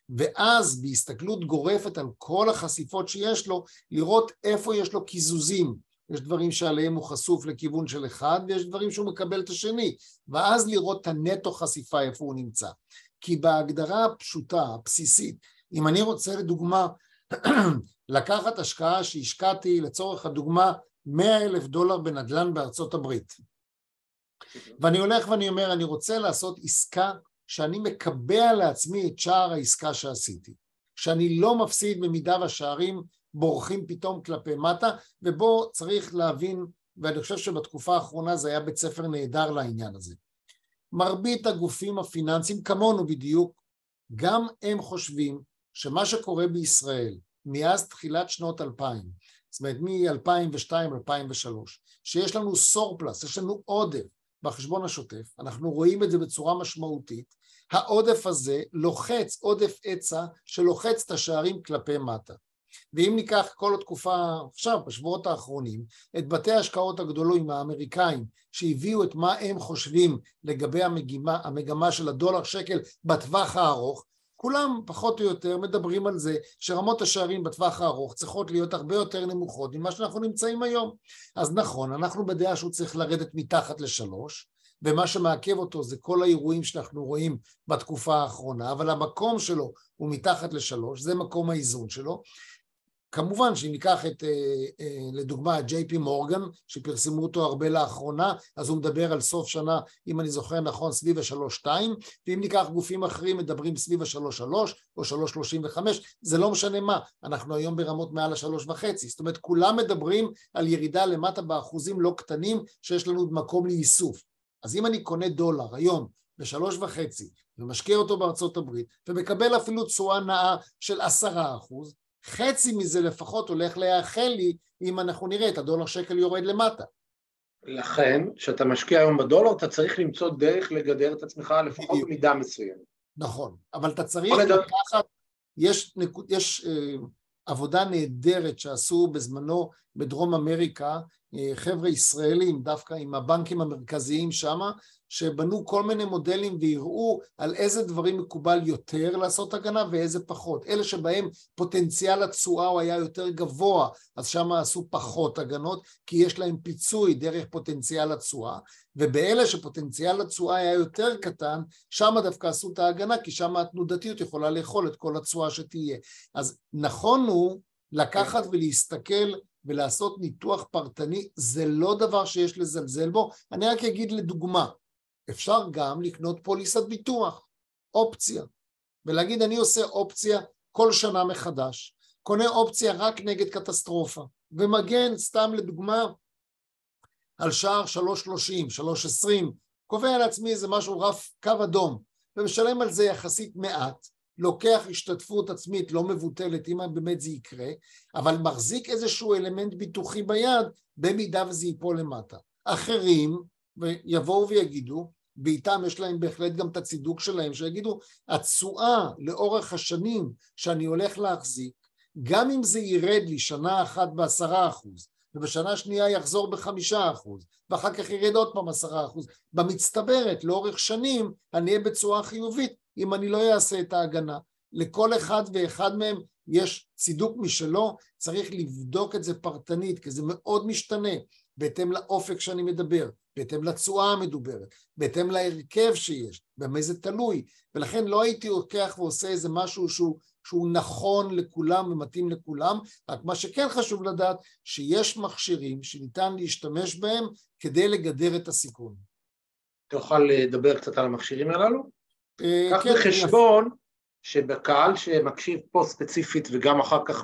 ואז בהסתכלות גורפת על כל החשיפות שיש לו, לראות איפה יש לו קיזוזים, יש דברים שעליהם הוא חשוף לכיוון של אחד, ויש דברים שהוא מקבל את השני, ואז לראות את הנטו חשיפה איפה הוא נמצא. כי בהגדרה הפשוטה, הבסיסית, אם אני רוצה לדוגמה, לקחת השקעה שהשקעתי לצורך הדוגמה מאה אלף דולר בנדלן בארצות הברית, ואני הולך ואני אומר, אני רוצה לעשות עסקה שאני מקבע לעצמי את שער העסקה שעשיתי, שאני לא מפסיד במידה והשערים בורחים פתאום כלפי מטה, ובו צריך להבין, ואני חושב שבתקופה האחרונה זה היה בית ספר נהדר לעניין הזה. מרבית הגופים הפיננסיים, כמונו בדיוק, גם הם חושבים שמה שקורה בישראל מאז תחילת שנות אלפיים, זאת אומרת מ-אלפיים ושתיים עד אלפיים ושלוש, שיש לנו סורפלס, יש לנו עודף בחשבון השוטף, אנחנו רואים את זה בצורה משמעותית, העודף הזה לוחץ, עודף עצה שלוחץ את השערים כלפי מטה. ואם ניקח כל התקופה עכשיו, בשבועות האחרונים, את בתי ההשקעות הגדולים האמריקאים שהביאו את מה הם חושבים לגבי המגמה, המגמה של הדולר שקל בטווח הארוך, כולם פחות או יותר מדברים על זה שרמות השערים בטווח הארוך צריכות להיות הרבה יותר נמוכות ממה שאנחנו נמצאים היום. אז נכון, אנחנו בדעה שהוא צריך לרדת מתחת לשלוש, ומה שמעכב אותו זה כל האירועים שאנחנו רואים בתקופה האחרונה, אבל המקום שלו הוא מתחת לשלוש, זה מקום האיזון שלו. כמובן שאם ניקח את, לדוגמה, ג'יי פי מורגן, שפרסמו אותו הרבה לאחרונה, אז הוא מדבר על סוף שנה, אם אני זוכר נכון, סביב ה-שלוש שתיים, ואם ניקח גופים אחרים, מדברים סביב ה-שלוש שלוש או שלוש שלושים וחמש, זה לא משנה מה, אנחנו היום ברמות מעל ה-שלוש וחצי, זאת אומרת, כולם מדברים על ירידה למטה באחוזים לא קטנים, שיש לנו מקום לאיסוף. אז אם אני קונה דולר היום ב-שלוש וחצי, ומשקיע אותו בארצות הברית, ומקבל אפילו תשואה נאה של עשרה אחוז, חצי מזה לפחות הולך להיאכל לי אם אנחנו נראה את הדולר שקל יורד למטה. לכן, כשאתה משקיע היום בדולר, אתה צריך למצוא דרך לגדר את עצמך לפחות במידה מסוימת. נכון, אבל אתה צריך לקחת, יש, יש אה, עבודה נהדרת שעשו בזמנו בדרום אמריקה, אה, חבר'ה ישראלים דווקא עם הבנקים המרכזיים שם, שבנו כל מיני מודלים ויראו על איזה דברים מקובל יותר לעשות הגנה ואיזה פחות. אלה שבהם פוטנציאל התשואה הוא היה יותר גבוה, אז שם עשו פחות הגנות, כי יש להם פיצוי דרך פוטנציאל התשואה, ובאלה שפוטנציאל התשואה היה יותר קטן, שם דווקא עשו את ההגנה, כי שם התנודתיות יכולה לאכול את כל התשואה שתהיה. אז נכון הוא לקחת ולהסתכל ולעשות ניתוח פרטני, זה לא דבר שיש לזלזל בו. אני רק אגיד לדוגמה, אפשר גם לקנות פוליסת ביטוח, אופציה, ולהגיד אני עושה אופציה כל שנה מחדש, קונה אופציה רק נגד קטסטרופה, ומגן סתם לדוגמה על שער שלוש שלושים, שלוש עשרים, קובע לעצמי איזה משהו רף קו אדום, ומשלם על זה יחסית מעט, לוקח השתתפות עצמית לא מבוטלת אם באמת זה יקרה, אבל מחזיק איזשהו אלמנט ביטוחי ביד במידה וזה ייפול למטה. אחרים ויבואו ויגידו, ואיתם יש להם בהחלט גם את הצידוק שלהם, שיגידו, התשואה לאורך השנים שאני הולך להחזיק, גם אם זה ירד לי שנה אחת בעשרה אחוז, ובשנה שנייה יחזור בחמישה אחוז, ואחר כך ירד עוד פעם עשרה אחוז, במצטברת לאורך שנים אני אהיה בתשואה חיובית, אם אני לא אעשה את ההגנה. לכל אחד ואחד מהם יש צידוק משלו, צריך לבדוק את זה פרטנית, כי זה מאוד משתנה, בהתאם לאופק שאני מדבר, בהתאם לתשואה המדוברת, בהתאם להרכב שיש, במה זה תלוי, ולכן לא הייתי לוקח ועושה איזה משהו שהוא, שהוא נכון לכולם ומתאים לכולם, רק מה שכן חשוב לדעת, שיש מכשירים שניתן להשתמש בהם כדי לגדר את הסיכון. תוכל לדבר קצת על המכשירים הללו? כך כן, בחשבון שבקהל שמקשיב פה ספציפית וגם אחר כך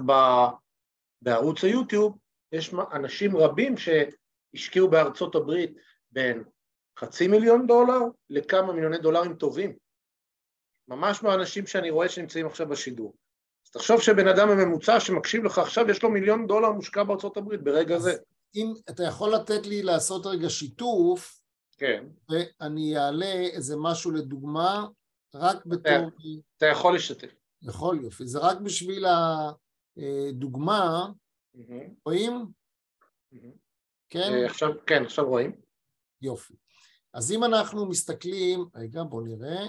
בערוץ היוטיוב, יש אנשים רבים שהשקיעו בארצות הברית בין חצי מיליון דולר לכמה מיליוני דולרים טובים. ממש מהאנשים שאני רואה שנמצאים עכשיו בשידור. אז תחשוב שבן אדם הממוצע שמקשיב לך עכשיו, יש לו מיליון דולר מושקע בארצות הברית ברגע זה. אם אתה יכול לתת לי לעשות רגע שיתוף, כן. ואני אעלה איזה משהו לדוגמה, רק בתור... אתה יכול לשתף. יכול, יופי. זה רק בשביל הדוגמה, רואים? כן? עכשיו, כן, עכשיו רואים. יופי. אז אם אנחנו מסתכלים, רגע בואו נראה,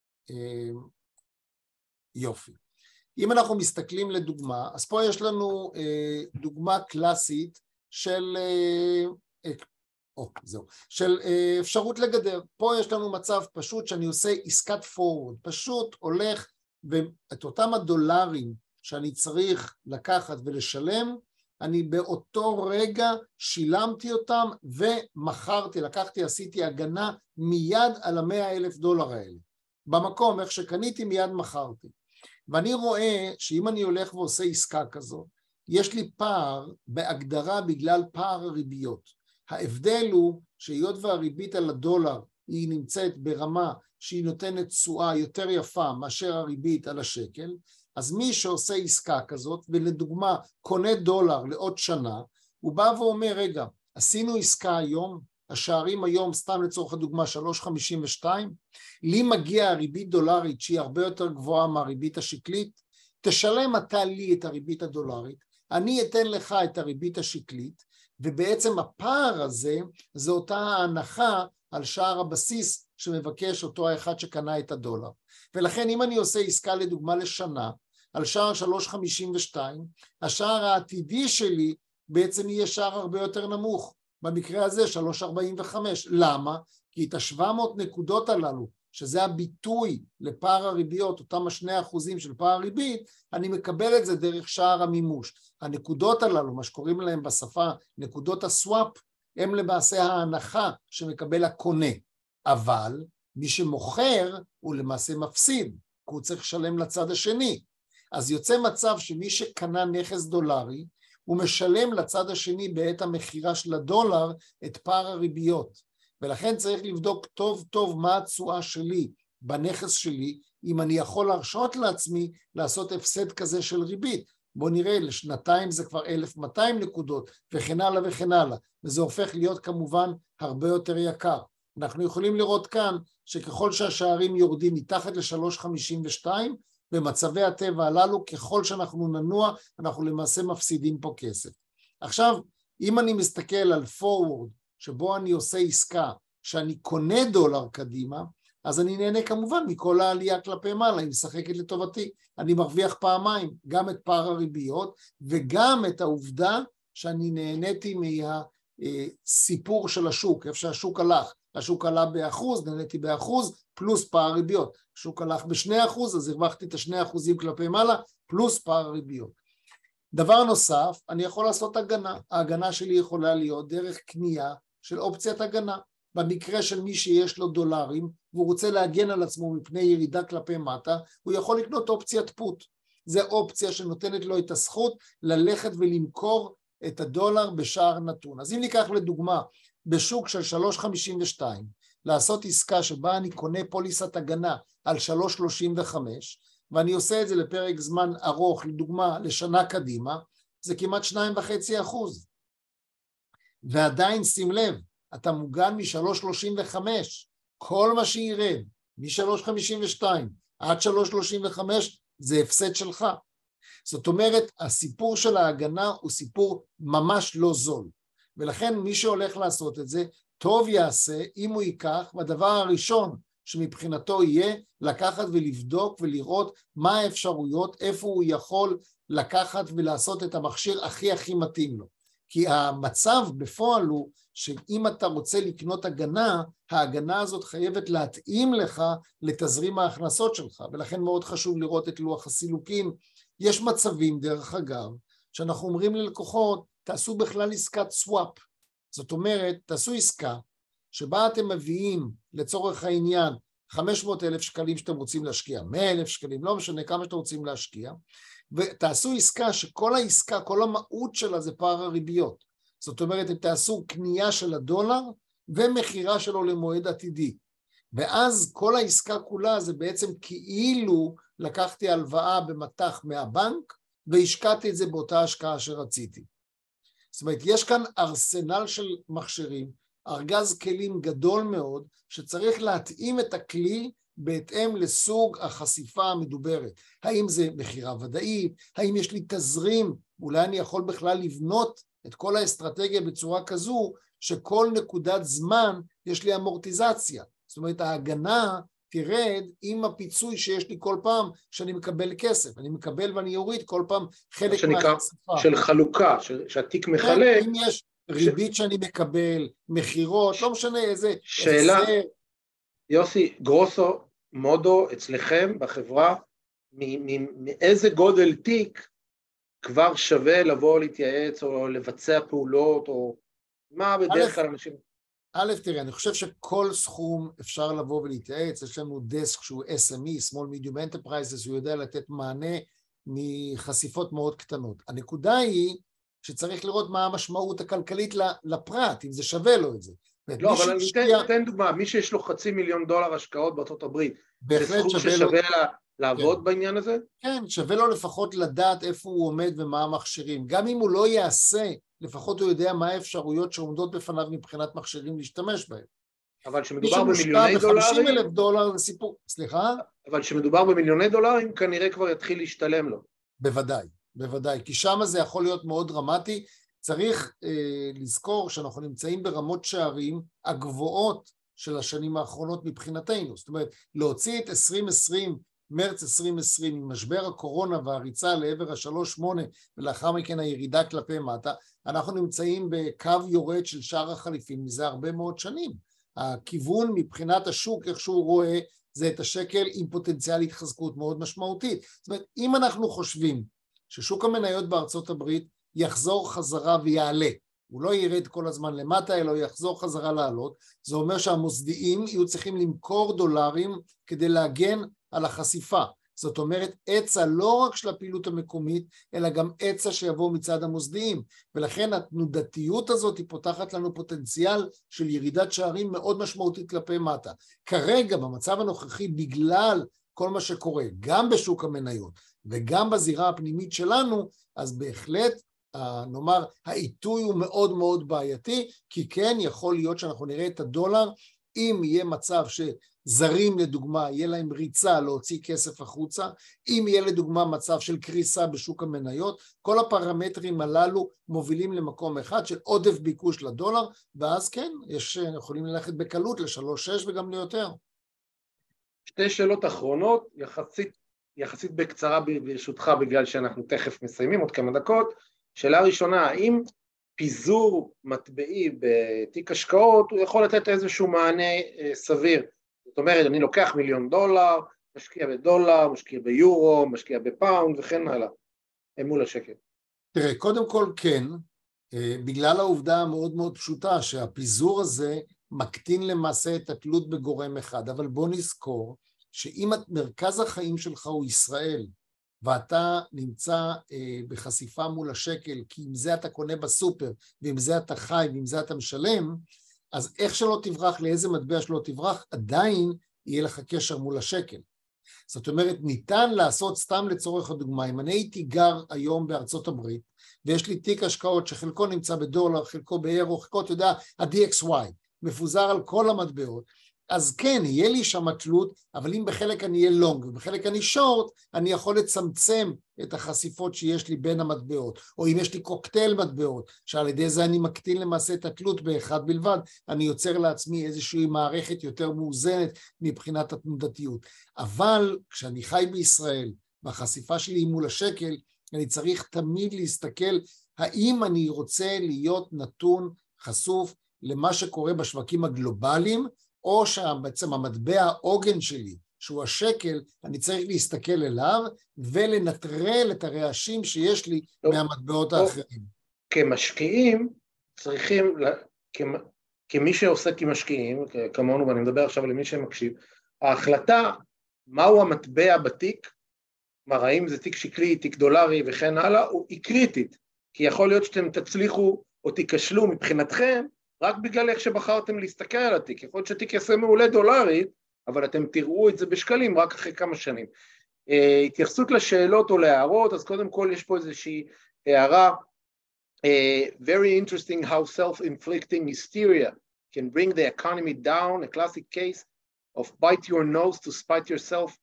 יופי. אם אנחנו מסתכלים לדוגמה, אז פה יש לנו דוגמה קלאסית של, או, זהו, של אפשרות לגדר. פה יש לנו מצב פשוט שאני עושה עסקת פורוורד, פשוט הולך ואת אותם הדולרים שאני צריך לקחת ולשלם, אני באותו רגע שילמתי אותם ומכרתי, לקחתי, עשיתי הגנה מיד על המאה אלף דולר האלה. במקום, איך שקניתי מיד מכרתי. ואני רואה שאם אני הולך ועושה עסקה כזו, יש לי פער בהגדרה בגלל פער הריביות. ההבדל הוא שהיות והריבית על הדולר היא נמצאת ברמה שהיא נותנת תשואה יותר יפה מאשר הריבית על השקל, אז מי שעושה עסקה כזאת, ולדוגמה קונה דולר לעוד שנה, הוא בא ואומר, רגע, עשינו עסקה היום, השערים היום, סתם לצורך הדוגמה, שלוש נקודה חמישים ושתיים, לי מגיע הריבית דולרית שהיא הרבה יותר גבוהה מהריבית השקלית, תשלם אתה לי את הריבית הדולרית, אני אתן לך את הריבית השקלית, ובעצם הפער הזה, זה אותה ההנחה על שער הבסיס שמבקש אותו האחד שקנה את הדולר. ולכן אם אני עושה עסקה לדוגמה לשנה, על שער שלוש נקודה חמישים ושתיים, השער העתידי שלי בעצם יהיה שער הרבה יותר נמוך, במקרה הזה שלוש נקודה ארבעים וחמש. למה? כי את ה-שבע מאות נקודות הללו, שזה הביטוי לפער הריביות, אותם השני אחוזים של פער הריבית, אני מקבל את זה דרך שער המימוש. הנקודות הללו, מה שקוראים להם בשפה נקודות הסוואפ, הם למעשה ההנחה שמקבל הקונה, אבל מי שמוכר הוא למעשה מפסיד, כי הוא צריך לשלם לצד השני. אז יוצא מצב שמי שקנה נכס דולרי, הוא משלם לצד השני בעת המחירה של הדולר את פער הריביות. ולכן צריך לבדוק טוב טוב מה התשואה שלי בנכס שלי, אם אני יכול להרשות לעצמי לעשות הפסד כזה של ריבית. בוא נראה, לשנתיים זה כבר אלף ומאתיים נקודות, וכן הלאה וכן הלאה, וזה הופך להיות כמובן הרבה יותר יקר. אנחנו יכולים לראות כאן שככל שהשערים יורדים מתחת ל-שלוש נקודה חמישים ושתיים, במצבי הטבע הללו, ככל שאנחנו ננוע, אנחנו למעשה מפסידים פה כסף. עכשיו, אם אני מסתכל על forward, שבו אני עושה עסקה, שאני קונה דולר קדימה, אז אני נהנה כמובן מכל העלייה כלפי מעלה, היא משחקת לטובתי. אני מרוויח פעמיים, גם את פער הריביות, וגם את העובדה שאני נהניתי מהסיפור של השוק, איפה שהשוק הלך. השוק עלה באחוז, נהניתי באחוז, פלוס פער ריביות. השוק הלך בשני אחוז, אז הרווחתי את השני אחוזים כלפי מעלה, פלוס פער ריביות. דבר נוסף, אני יכול לעשות הגנה. ההגנה שלי יכולה להיות דרך קנייה של אופציית הגנה. במקרה של מי שיש לו דולרים, והוא רוצה להגן על עצמו מפני ירידה כלפי מטה, הוא יכול לקנות אופציית פוט. זו אופציה שנותנת לו את הזכות ללכת ולמכור את הדולר בשער נתון. אז אם ניקח לדוגמה, בשוק של שלוש נקודה חמישים ושתיים, לעשות עסקה שבה אני קונה פוליסת הגנה על שלוש נקודה שלושים וחמש, ואני עושה את זה לפרק זמן ארוך, לדוגמה לשנה קדימה, זה כמעט שניים וחצי אחוז. ועדיין שים לב, אתה מוגן מ-שלוש נקודה שלושים וחמש, כל מה שירד, מ-שלוש נקודה חמישים ושתיים עד שלוש נקודה שלושים וחמש, זה הפסד שלך. זאת אומרת, הסיפור של ההגנה הוא סיפור ממש לא זול. ולכן מי שהולך לעשות את זה, טוב יעשה אם הוא ייקח, והדבר הראשון שמבחינתו יהיה לקחת ולבדוק ולראות מה האפשרויות, איפה הוא יכול לקחת ולעשות את המכשיר הכי הכי מתאים לו. כי המצב בפועל הוא שאם אתה רוצה לקנות הגנה, ההגנה הזאת חייבת להתאים לך לתזרים ההכנסות שלך, ולכן מאוד חשוב לראות את לוח הסילוקים. יש מצבים דרך אגב, שאנחנו אומרים ללקוחות, תעשו בכלל עסקת סוואפ. זאת אומרת, תעשו עסקה שבה אתם מביאים לצורך העניין חמש מאות אלף שקלים שאתם רוצים להשקיע, מאה אלף שקלים, לא משנה כמה שאתם רוצים להשקיע, ותעשו עסקה שכל העסקה, כל המהות שלה זה פער הריביות. זאת אומרת, אתם תעשו קנייה של הדולר ומחירה שלו למועד עתידי. ואז כל העסקה כולה זה בעצם כאילו לקחתי הלוואה במטח מהבנק, והשקעתי את זה באותה השקעה שרציתי. זאת אומרת, יש כאן ארסנל של מכשירים, ארגז כלים גדול מאוד, שצריך להתאים את הכלי בהתאם לסוג החשיפה המדוברת. האם זה מחירה ודאית? האם יש לי תזרים? אולי אני יכול בכלל לבנות את כל האסטרטגיה בצורה כזו, שכל נקודת זמן יש לי אמורטיזציה. זאת אומרת, ההגנה תרד עם הפיצוי שיש לי כל פעם שאני מקבל כסף. אני מקבל ואני אוריד כל פעם חלק מהחשיפה. של חלוקה, שהתיק מחלק. אם יש ריבית ש... שאני מקבל, מחירות, ש... לא משנה איזה... שאלה, איזה... יוסי, גרוסו מודו אצלכם בחברה, מאיזה גודל תיק כבר שווה לבוא להתייעץ או לבצע פעולות, או מה בדרך כלל אנשים... א', תראה, אני חושב שכל סכום אפשר לבוא ולהתייעץ, יש לנו דסק שהוא אס אם אי, Small Medium Enterprises, הוא יודע לתת מענה מחשיפות מאוד קטנות. הנקודה היא שצריך לראות מה המשמעות הכלכלית לפרט, אם זה שווה לו את זה. לא, אבל אני שקיע... אתן דוגמה, מי שיש לו חצי מיליון דולר השקעות בארצות הברית, זה סכום ששווה לו... לעבוד כן. בעניין הזה? כן, שווה לו לפחות לדעת איפה הוא עומד ומה המכשירים. גם אם הוא לא יעשה, לפחות הוא יודע מה האפשרויות שעומדות בפניו מבחינת מכשירים להשתמש בהם. אבל שמדובר במיליוני דולרים... ב-חמישים אלף דולר לסיפור, סליחה? אבל שמדובר במיליוני דולרים, כנראה כבר יתחיל להשתלם לו. בוודאי, בוודאי, כי שם זה יכול להיות מאוד דרמטי. צריך אה, לזכור שאנחנו נמצאים ברמות שערים הגבוהות של השנים האחרונות מבחינתנו. זאת אומרת, להוציא את עשרים עשרים, מרץ עשרים עשרים, עם משבר הקורונה והריצה לעבר ה-שלוש שמונה, ולאחר מכן הירידה כלפי מטה, אנחנו נמצאים בקו יורד של שער החליפין מזה הרבה מאוד שנים. הכיוון מבחינת השוק, איך שהוא רואה, זה את השקל עם פוטנציאל התחזקות מאוד משמעותית. זאת אומרת, אם אנחנו חושבים ששוק המניות בארצות הברית יחזור חזרה ויעלה, הוא לא ירד כל הזמן למטה, אלא הוא יחזור חזרה לעלות, זה אומר שהמוסדיים יהיו צריכים למכור דולרים כדי להגן על החשיפה. זאת אומרת, עצה לא רק של הפעילות המקומית, אלא גם עצה שיבוא מצד המוסדיים, ולכן התנודתיות הזאת היא פותחת לנו פוטנציאל של ירידת שערים מאוד משמעותית כלפי מטה. כרגע, במצב הנוכחי, בגלל כל מה שקורה, גם בשוק המניות וגם בזירה הפנימית שלנו, אז בהחלט, נאמר, העיתוי הוא מאוד מאוד בעייתי, כי כן יכול להיות שאנחנו נראה את הדולר, אם יהיה מצב שזרים לדוגמה, יהיה להם ריצה להוציא כסף החוצה, אם יהיה לדוגמה מצב של קריסה בשוק המניות, כל הפרמטרים הללו מובילים למקום אחד של עודף ביקוש לדולר, ואז כן, יש, יכולים ללכת בקלות לשלוש שש וגם ליותר. שתי שאלות אחרונות, יחסית, יחסית בקצרה ברשותך, בגלל שאנחנו תכף מסיימים עוד כמה דקות. שאלה ראשונה, האם פיזור מטבעי בתיק השקעות, הוא יכול לתת איזשהו מענה אה, סביר? זאת אומרת, אני לוקח מיליון דולר, משקיע בדולר, משקיע ביורו, משקיע בפאונד וכן הלאה, מול השקל. תראה, קודם כל כן, אה, בגלל העובדה המאוד מאוד פשוטה, שהפיזור הזה מקטין למעשה את התלות בגורם אחד, אבל בוא נזכור, שאם מרכז החיים שלך הוא ישראל, ואתה נמצא אה, בחשיפה מול השקל, כי עם זה אתה קונה בסופר, ועם זה אתה חי, ועם זה אתה משלם, אז איך שלא תברח, לאיזה מטבע שלא תברח, עדיין יהיה לך קשר מול השקל. זאת אומרת, ניתן לעשות סתם לצורך הדוגמה, אם אני הייתי גר היום בארצות הברית, ויש לי תיק השקעות שחלקו נמצא בדולר, חלקו באירו, חלקו, אתה יודע, ה-די אקס וואי, מפוזר על כל המטבעות, אז כן, יהיה לי שם תלות, אבל אם בחלק אני אהיה לונג ובחלק אני שורט, אני יכול לצמצם את החשיפות שיש לי בין המטבעות, או אם יש לי קוקטייל מטבעות, שעל ידי זה אני מקטין למעשה את התלות באחד בלבד, אני יוצר לעצמי איזושהי מערכת יותר מאוזנת מבחינת התנודתיות. אבל כשאני חי בישראל, והחשיפה שלי היא מול השקל, אני צריך תמיד להסתכל, האם אני רוצה להיות נתון חשוף למה שקורה בשווקים הגלובליים, או שבעצם המטבע העוגן שלי, שהוא השקל, אני צריך להסתכל אליו, ולנטרל את הרעשים שיש לי טוב, מהמטבעות טוב. האחרים. כמשקיעים, צריכים, כמי שעוסק עם משקיעים, כמונו, ואני מדבר עכשיו למי שמקשיב, ההחלטה, מהו המטבע בתיק, כלומר, האם זה תיק שקלי, תיק דולרי וכן הלאה, היא קריטית, כי יכול להיות שאתם תצליחו או תיכשלו מבחינתכם, רק בגלל איך שבחרתם להסתכל על התיק, יכול להיות שהתיק יעשה מעולה דולרית, אבל אתם תראו את זה בשקלים רק אחרי כמה שנים. Uh, התייחסות לשאלות או להערות, אז קודם כל יש פה איזושהי הערה, uh, very interesting how self-inflicting hysteria can bring the economy down, a classic case of bite your nose to spite yourself,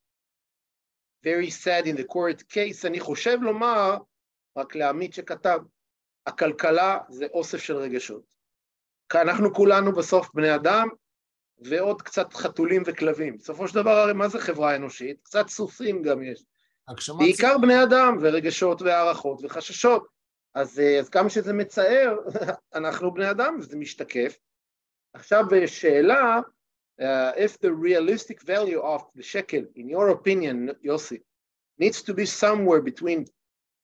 very sad in the court case. אני חושב לומר, רק לעמית שכתב, הכלכלה זה אוסף של רגשות. אנחנו כולנו בסוף בני אדם, ועוד קצת חתולים וכלבים. בסופו של דבר, הרי מה זה חברה אנושית? קצת סוסים גם יש. בעיקר בני אדם, ורגשות והערכות וחששות. אז, אז כמה שזה מצער, אנחנו בני אדם, וזה משתקף. עכשיו, שאלה, uh, if the realistic value of the shekel, in your opinion, יוסי, needs to be somewhere between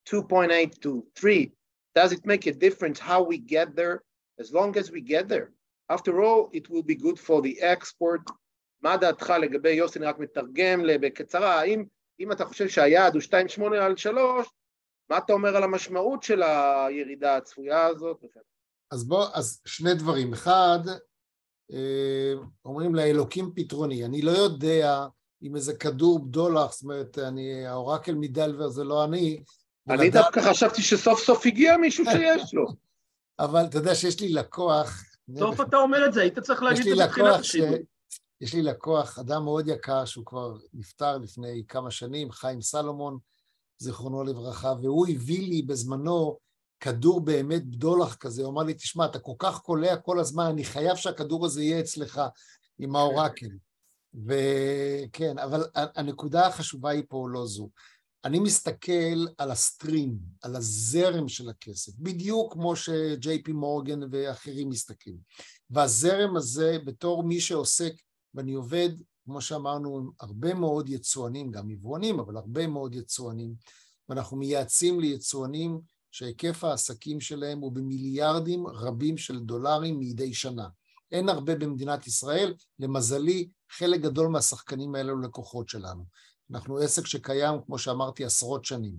two point eight to three, does it make a difference how we get there? As long as we get there. After all, it will be good for the export. מה דעתך לגבי, יוסי, אני רק מתרגם בקצרה, האם אם אתה חושב שהיעד הוא שתיים נקודה שמונה על שלוש, מה אתה אומר על המשמעות של הירידה הצפויה הזאת? אז בוא, אז שני דברים. אחד, אומרים לאלוקים פתרוני. אני לא יודע אם איזה כדור בדולר, זאת אומרת, אני, האורקל מדלבר זה לא אני. אני ולדע... דווקא חשבתי שסוף סוף הגיע מישהו שיש לו. אבל אתה יודע שיש לי לקוח... סוף אתה אומר את זה, היית צריך להגיד את זה בתחילת השידור. יש לי לקוח, אדם מאוד יקר, שהוא כבר נפטר לפני כמה שנים, חיים סלומון, זיכרונו לברכה, והוא הביא לי בזמנו כדור באמת בדולח כזה, הוא אמר לי, תשמע, אתה כל כך קולע כל הזמן, אני חייב שהכדור הזה יהיה אצלך עם האורקל. וכן, אבל הנקודה החשובה היא פה לא זו. אני מסתכל על הסטרים, על הזרם של הכסף, בדיוק כמו שג'יי פי מורגן ואחרים מסתכלים. והזרם הזה, בתור מי שעוסק, ואני עובד, כמו שאמרנו, עם הרבה מאוד יצואנים, גם יבואנים, אבל הרבה מאוד יצואנים, ואנחנו מייעצים ליצואנים שהיקף העסקים שלהם הוא במיליארדים רבים של דולרים מדי שנה. אין הרבה במדינת ישראל, למזלי, חלק גדול מהשחקנים האלה הוא לקוחות שלנו. אנחנו עסק שקיים, כמו שאמרתי, עשרות שנים.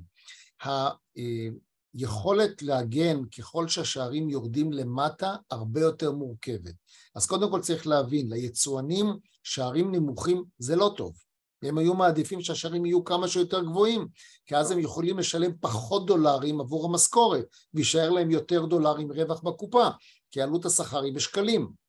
היכולת להגן ככל שהשערים יורדים למטה, הרבה יותר מורכבת. אז קודם כל צריך להבין, ליצואנים שערים נמוכים זה לא טוב. הם היו מעדיפים שהשערים יהיו כמה שיותר גבוהים, כי אז הם יכולים לשלם פחות דולרים עבור המשכורת, וישאר להם יותר דולרים רווח בקופה, כי עלות השכר היא בשקלים.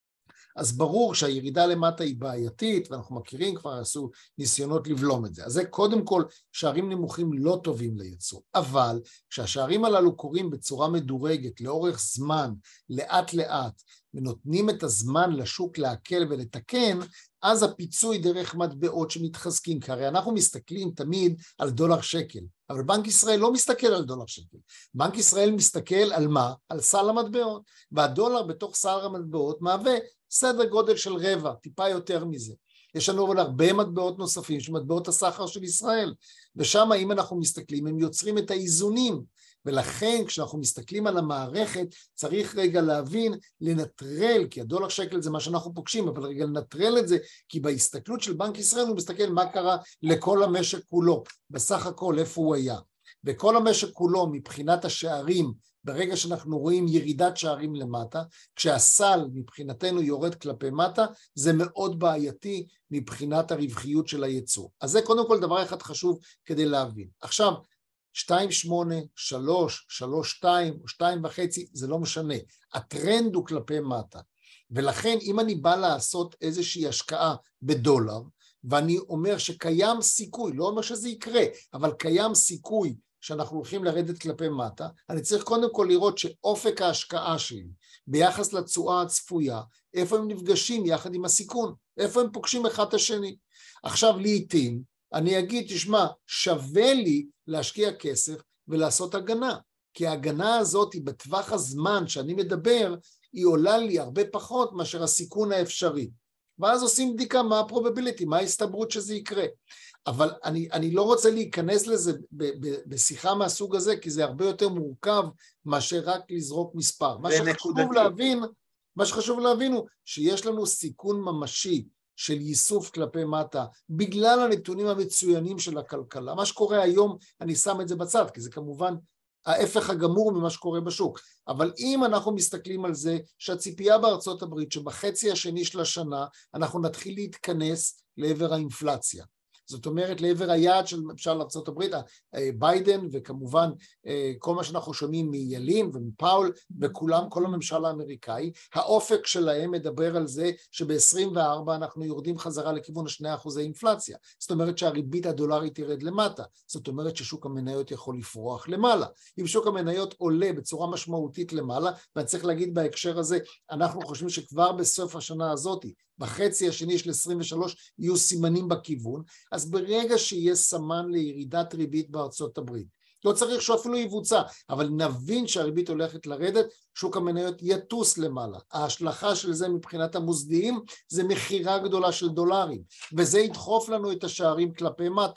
אז ברור שהירידה למטה היא בעייתית, ואנחנו מכירים, כבר עשו ניסיונות לבלום את זה. אז זה קודם כל, שערים נמוכים לא טובים לייצוא. אבל כשהשערים הללו קורים בצורה מדורגת, לאורך זמן, לאט לאט, ונותנים את הזמן לשוק להקל ולתקן, אז הפיצוי דרך מטבעות שמתחזקים, כי הרי אנחנו מסתכלים תמיד על דולר שקל, אבל בנק ישראל לא מסתכל על דולר שקל. בנק ישראל מסתכל על מה? על סל המטבעות, והדולר בתוך סל המטבעות מהווה סדר גודל של רבע, טיפה יותר מזה. יש לנו אבל הרבה מטבעות נוספים, שמטבעות הסחר של ישראל, ושם אם אנחנו מסתכלים, הם יוצרים את האיזונים, ולכן כשאנחנו מסתכלים על המערכת, צריך רגע להבין, לנטרל, כי הדולר שקל זה מה שאנחנו פוגשים, אבל רגע לנטרל את זה, כי בהסתכלות של בנק ישראל הוא מסתכל מה קרה לכל המשק כולו, בסך הכל איפה הוא היה. וכל המשק כולו מבחינת השערים, ברגע שאנחנו רואים ירידת שערים למטה, כשהסל מבחינתנו יורד כלפי מטה, זה מאוד בעייתי מבחינת הרווחיות של הייצור. אז זה קודם כל דבר אחד חשוב כדי להבין. עכשיו, שתיים שמונה, שלוש, שלוש שתיים או שתיים וחצי, זה לא משנה. הטרנד הוא כלפי מטה. ולכן אם אני בא לעשות איזושהי השקעה בדולר, ואני אומר שקיים סיכוי, לא אומר שזה יקרה, אבל קיים סיכוי שאנחנו הולכים לרדת כלפי מטה, אני צריך קודם כל לראות שאופק ההשקעה שלי, ביחס לתשואה הצפויה, איפה הם נפגשים יחד עם הסיכון, איפה הם פוגשים אחד את השני. עכשיו לעתים, אני אגיד, תשמע, שווה לי להשקיע כסף ולעשות הגנה, כי ההגנה הזאת היא בטווח הזמן שאני מדבר, היא עולה לי הרבה פחות מאשר הסיכון האפשרי. ואז עושים בדיקה מה הפרובביליטי, מה ההסתברות שזה יקרה. אבל אני, אני לא רוצה להיכנס לזה ב, ב, בשיחה מהסוג הזה, כי זה הרבה יותר מורכב מאשר רק לזרוק מספר. מה שחשוב להבין, מה שחשוב להבין הוא שיש לנו סיכון ממשי של ייסוף כלפי מטה, בגלל הנתונים המצוינים של הכלכלה. מה שקורה היום, אני שם את זה בצד, כי זה כמובן ההפך הגמור ממה שקורה בשוק. אבל אם אנחנו מסתכלים על זה, שהציפייה בארצות הברית, שבחצי השני של השנה, אנחנו נתחיל להתכנס לעבר האינפלציה. זאת אומרת, לעבר היעד של ממשל ארצות הברית, ביידן, וכמובן כל מה שאנחנו שומעים מילין ומפאול, וכולם, כל הממשל האמריקאי, האופק שלהם מדבר על זה שב-עשרים וארבע אנחנו יורדים חזרה לכיוון השני אחוזי אינפלציה. זאת אומרת שהריבית הדולרית תרד למטה. זאת אומרת ששוק המניות יכול לפרוח למעלה. אם שוק המניות עולה בצורה משמעותית למעלה, ואני צריך להגיד בהקשר הזה, אנחנו חושבים שכבר בסוף השנה הזאת, בחצי השני של עשרים ושלוש יהיו סימנים בכיוון, אז ברגע שיהיה סמן לירידת ריבית בארצות הברית, לא צריך שאפילו יבוצע, אבל נבין שהריבית הולכת לרדת, שוק המניות יטוס למעלה. ההשלכה של זה מבחינת המוסדיים, זה מחירה גדולה של דולרים, וזה ידחוף לנו את השערים כלפי מטה.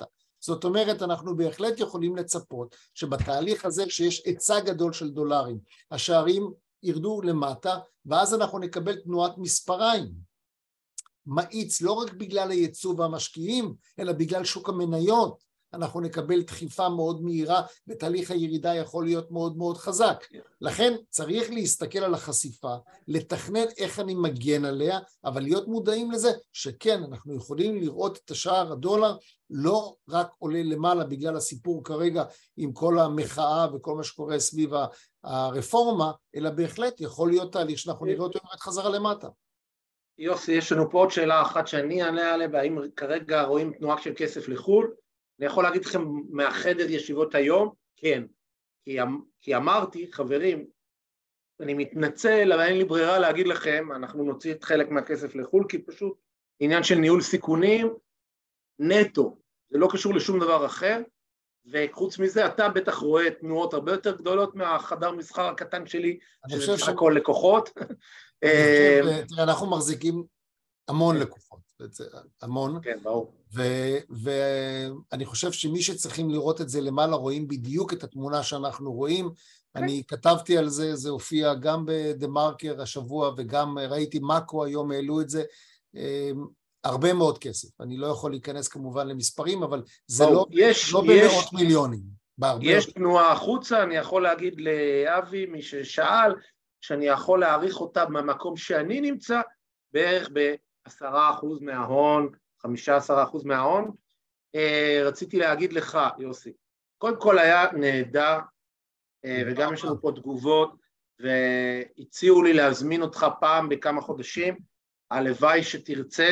זאת אומרת, אנחנו בהחלט יכולים לצפות שבתהליך הזה שיש היצע גדול של דולרים, השערים ירדו למטה, ואז אנחנו נקבל תנועת מספריים, מאיץ לא רק בגלל הייצוא והמשקיעים, אלא בגלל שוק המניות, אנחנו נקבל דחיפה מאוד מהירה, ותהליך הירידה יכול להיות מאוד מאוד חזק. לכן צריך להסתכל על החשיפה, לתכנן איך אני מגן עליה, אבל להיות מודעים לזה שכן, אנחנו יכולים לראות את השער הדולר, לא רק עולה למעלה בגלל הסיפור כרגע עם כל המחאה וכל מה שקורה סביב הרפורמה, אלא בהחלט יכול להיות תהליך שאנחנו נראה אותו יורד חזרה למטה. יוסי, יש לנו פה עוד שאלה אחת שאני אענה עליה, והאם כרגע רואים תנועה של כסף לחו"ל? אני יכול להגיד לכם מהחדר ישיבות היום, כן, כי, כי אמרתי, חברים, אני מתנצל, אבל אין לי ברירה להגיד לכם, אנחנו נוציא את חלק מהכסף לחו"ל, כי פשוט עניין של ניהול סיכונים, נטו, זה לא קשור לשום דבר אחר, וחוץ מזה, אתה בטח רואה תנועות הרבה יותר גדולות מהחדר מסחר הקטן שלי, שזה סך הכל לקוחות. תראה, אנחנו מחזיקים המון לקוחות, המון. כן, ברור. ואני חושב שמי שצריכים לראות את זה למעלה, רואים בדיוק את התמונה שאנחנו רואים. אני כתבתי על זה, זה הופיע גם בדה-מרקר השבוע, וגם ראיתי מאקו היום העלו את זה. הרבה מאוד כסף. אני לא יכול להיכנס כמובן למספרים, אבל זה לא, יש, לא במאות יש, מיליונים. יש תנועה החוצה, אני יכול להגיד לאבי, מי ששאל, שאני יכול להעריך אותה במקום שאני נמצא, בערך בעשרה אחוז מההון, חמישה עשר אחוז מההון. רציתי להגיד לך, יוסי, קודם כל היה נהדר, וגם יש לנו פה תגובות, והציעו לי להזמין אותך פעם בכמה חודשים, הלוואי שתרצה,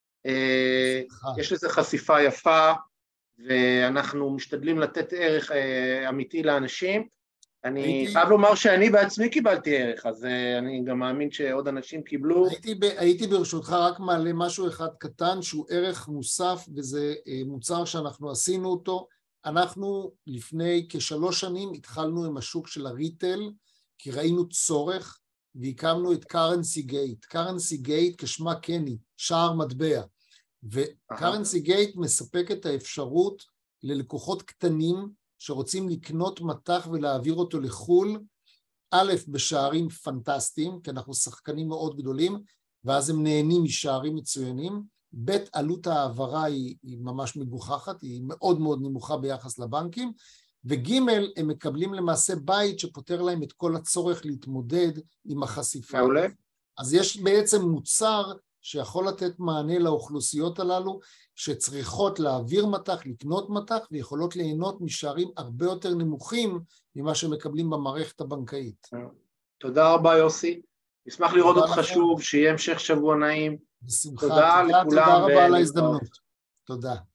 יש לזה חשיפה יפה, ואנחנו משתדלים לתת ערך אמיתי לאנשים. אני חייב לומר שאני בעצמי קיבלתי ערך, אז אני גם מאמין שעוד אנשים קיבלו. הייתי ברשותך רק מעלה משהו אחד קטן, שהוא ערך מוסף, וזה מוצר שאנחנו עשינו אותו. אנחנו לפני כשלוש שנים התחלנו עם השוק של הריטל, כי ראינו צורך, והקמנו את Currency Gate. Currency Gate כשמה קני, שער מטבע. ו-Currency Gate מספק את האפשרות ללקוחות קטנים שרוצים לקנות מטח ולהעביר אותו לחול, א', בשערים פנטסטיים, כי אנחנו שחקנים מאוד גדולים, ואז הם נהנים משערים מצוינים, ב', עלות העברה היא, היא ממש מגוחכת, היא מאוד מאוד נמוכה ביחס לבנקים, וג' הם מקבלים למעשה בית שפותר להם את כל הצורך להתמודד עם החשיפה. מעולה. אז יש בעצם מוצר שיכול לתת מענה לאוכלוסיות הללו, שצריכות להעביר מטח, לקנות מטח, ויכולות ליהנות משערים הרבה יותר נמוכים ממה שמקבלים במערכת הבנקאית. תודה רבה יוסי, נשמח לראות אותך שוב, שיהיה המשך שבוע נעים. בשמחה, תודה, תודה רבה על ההזדמנות. תודה.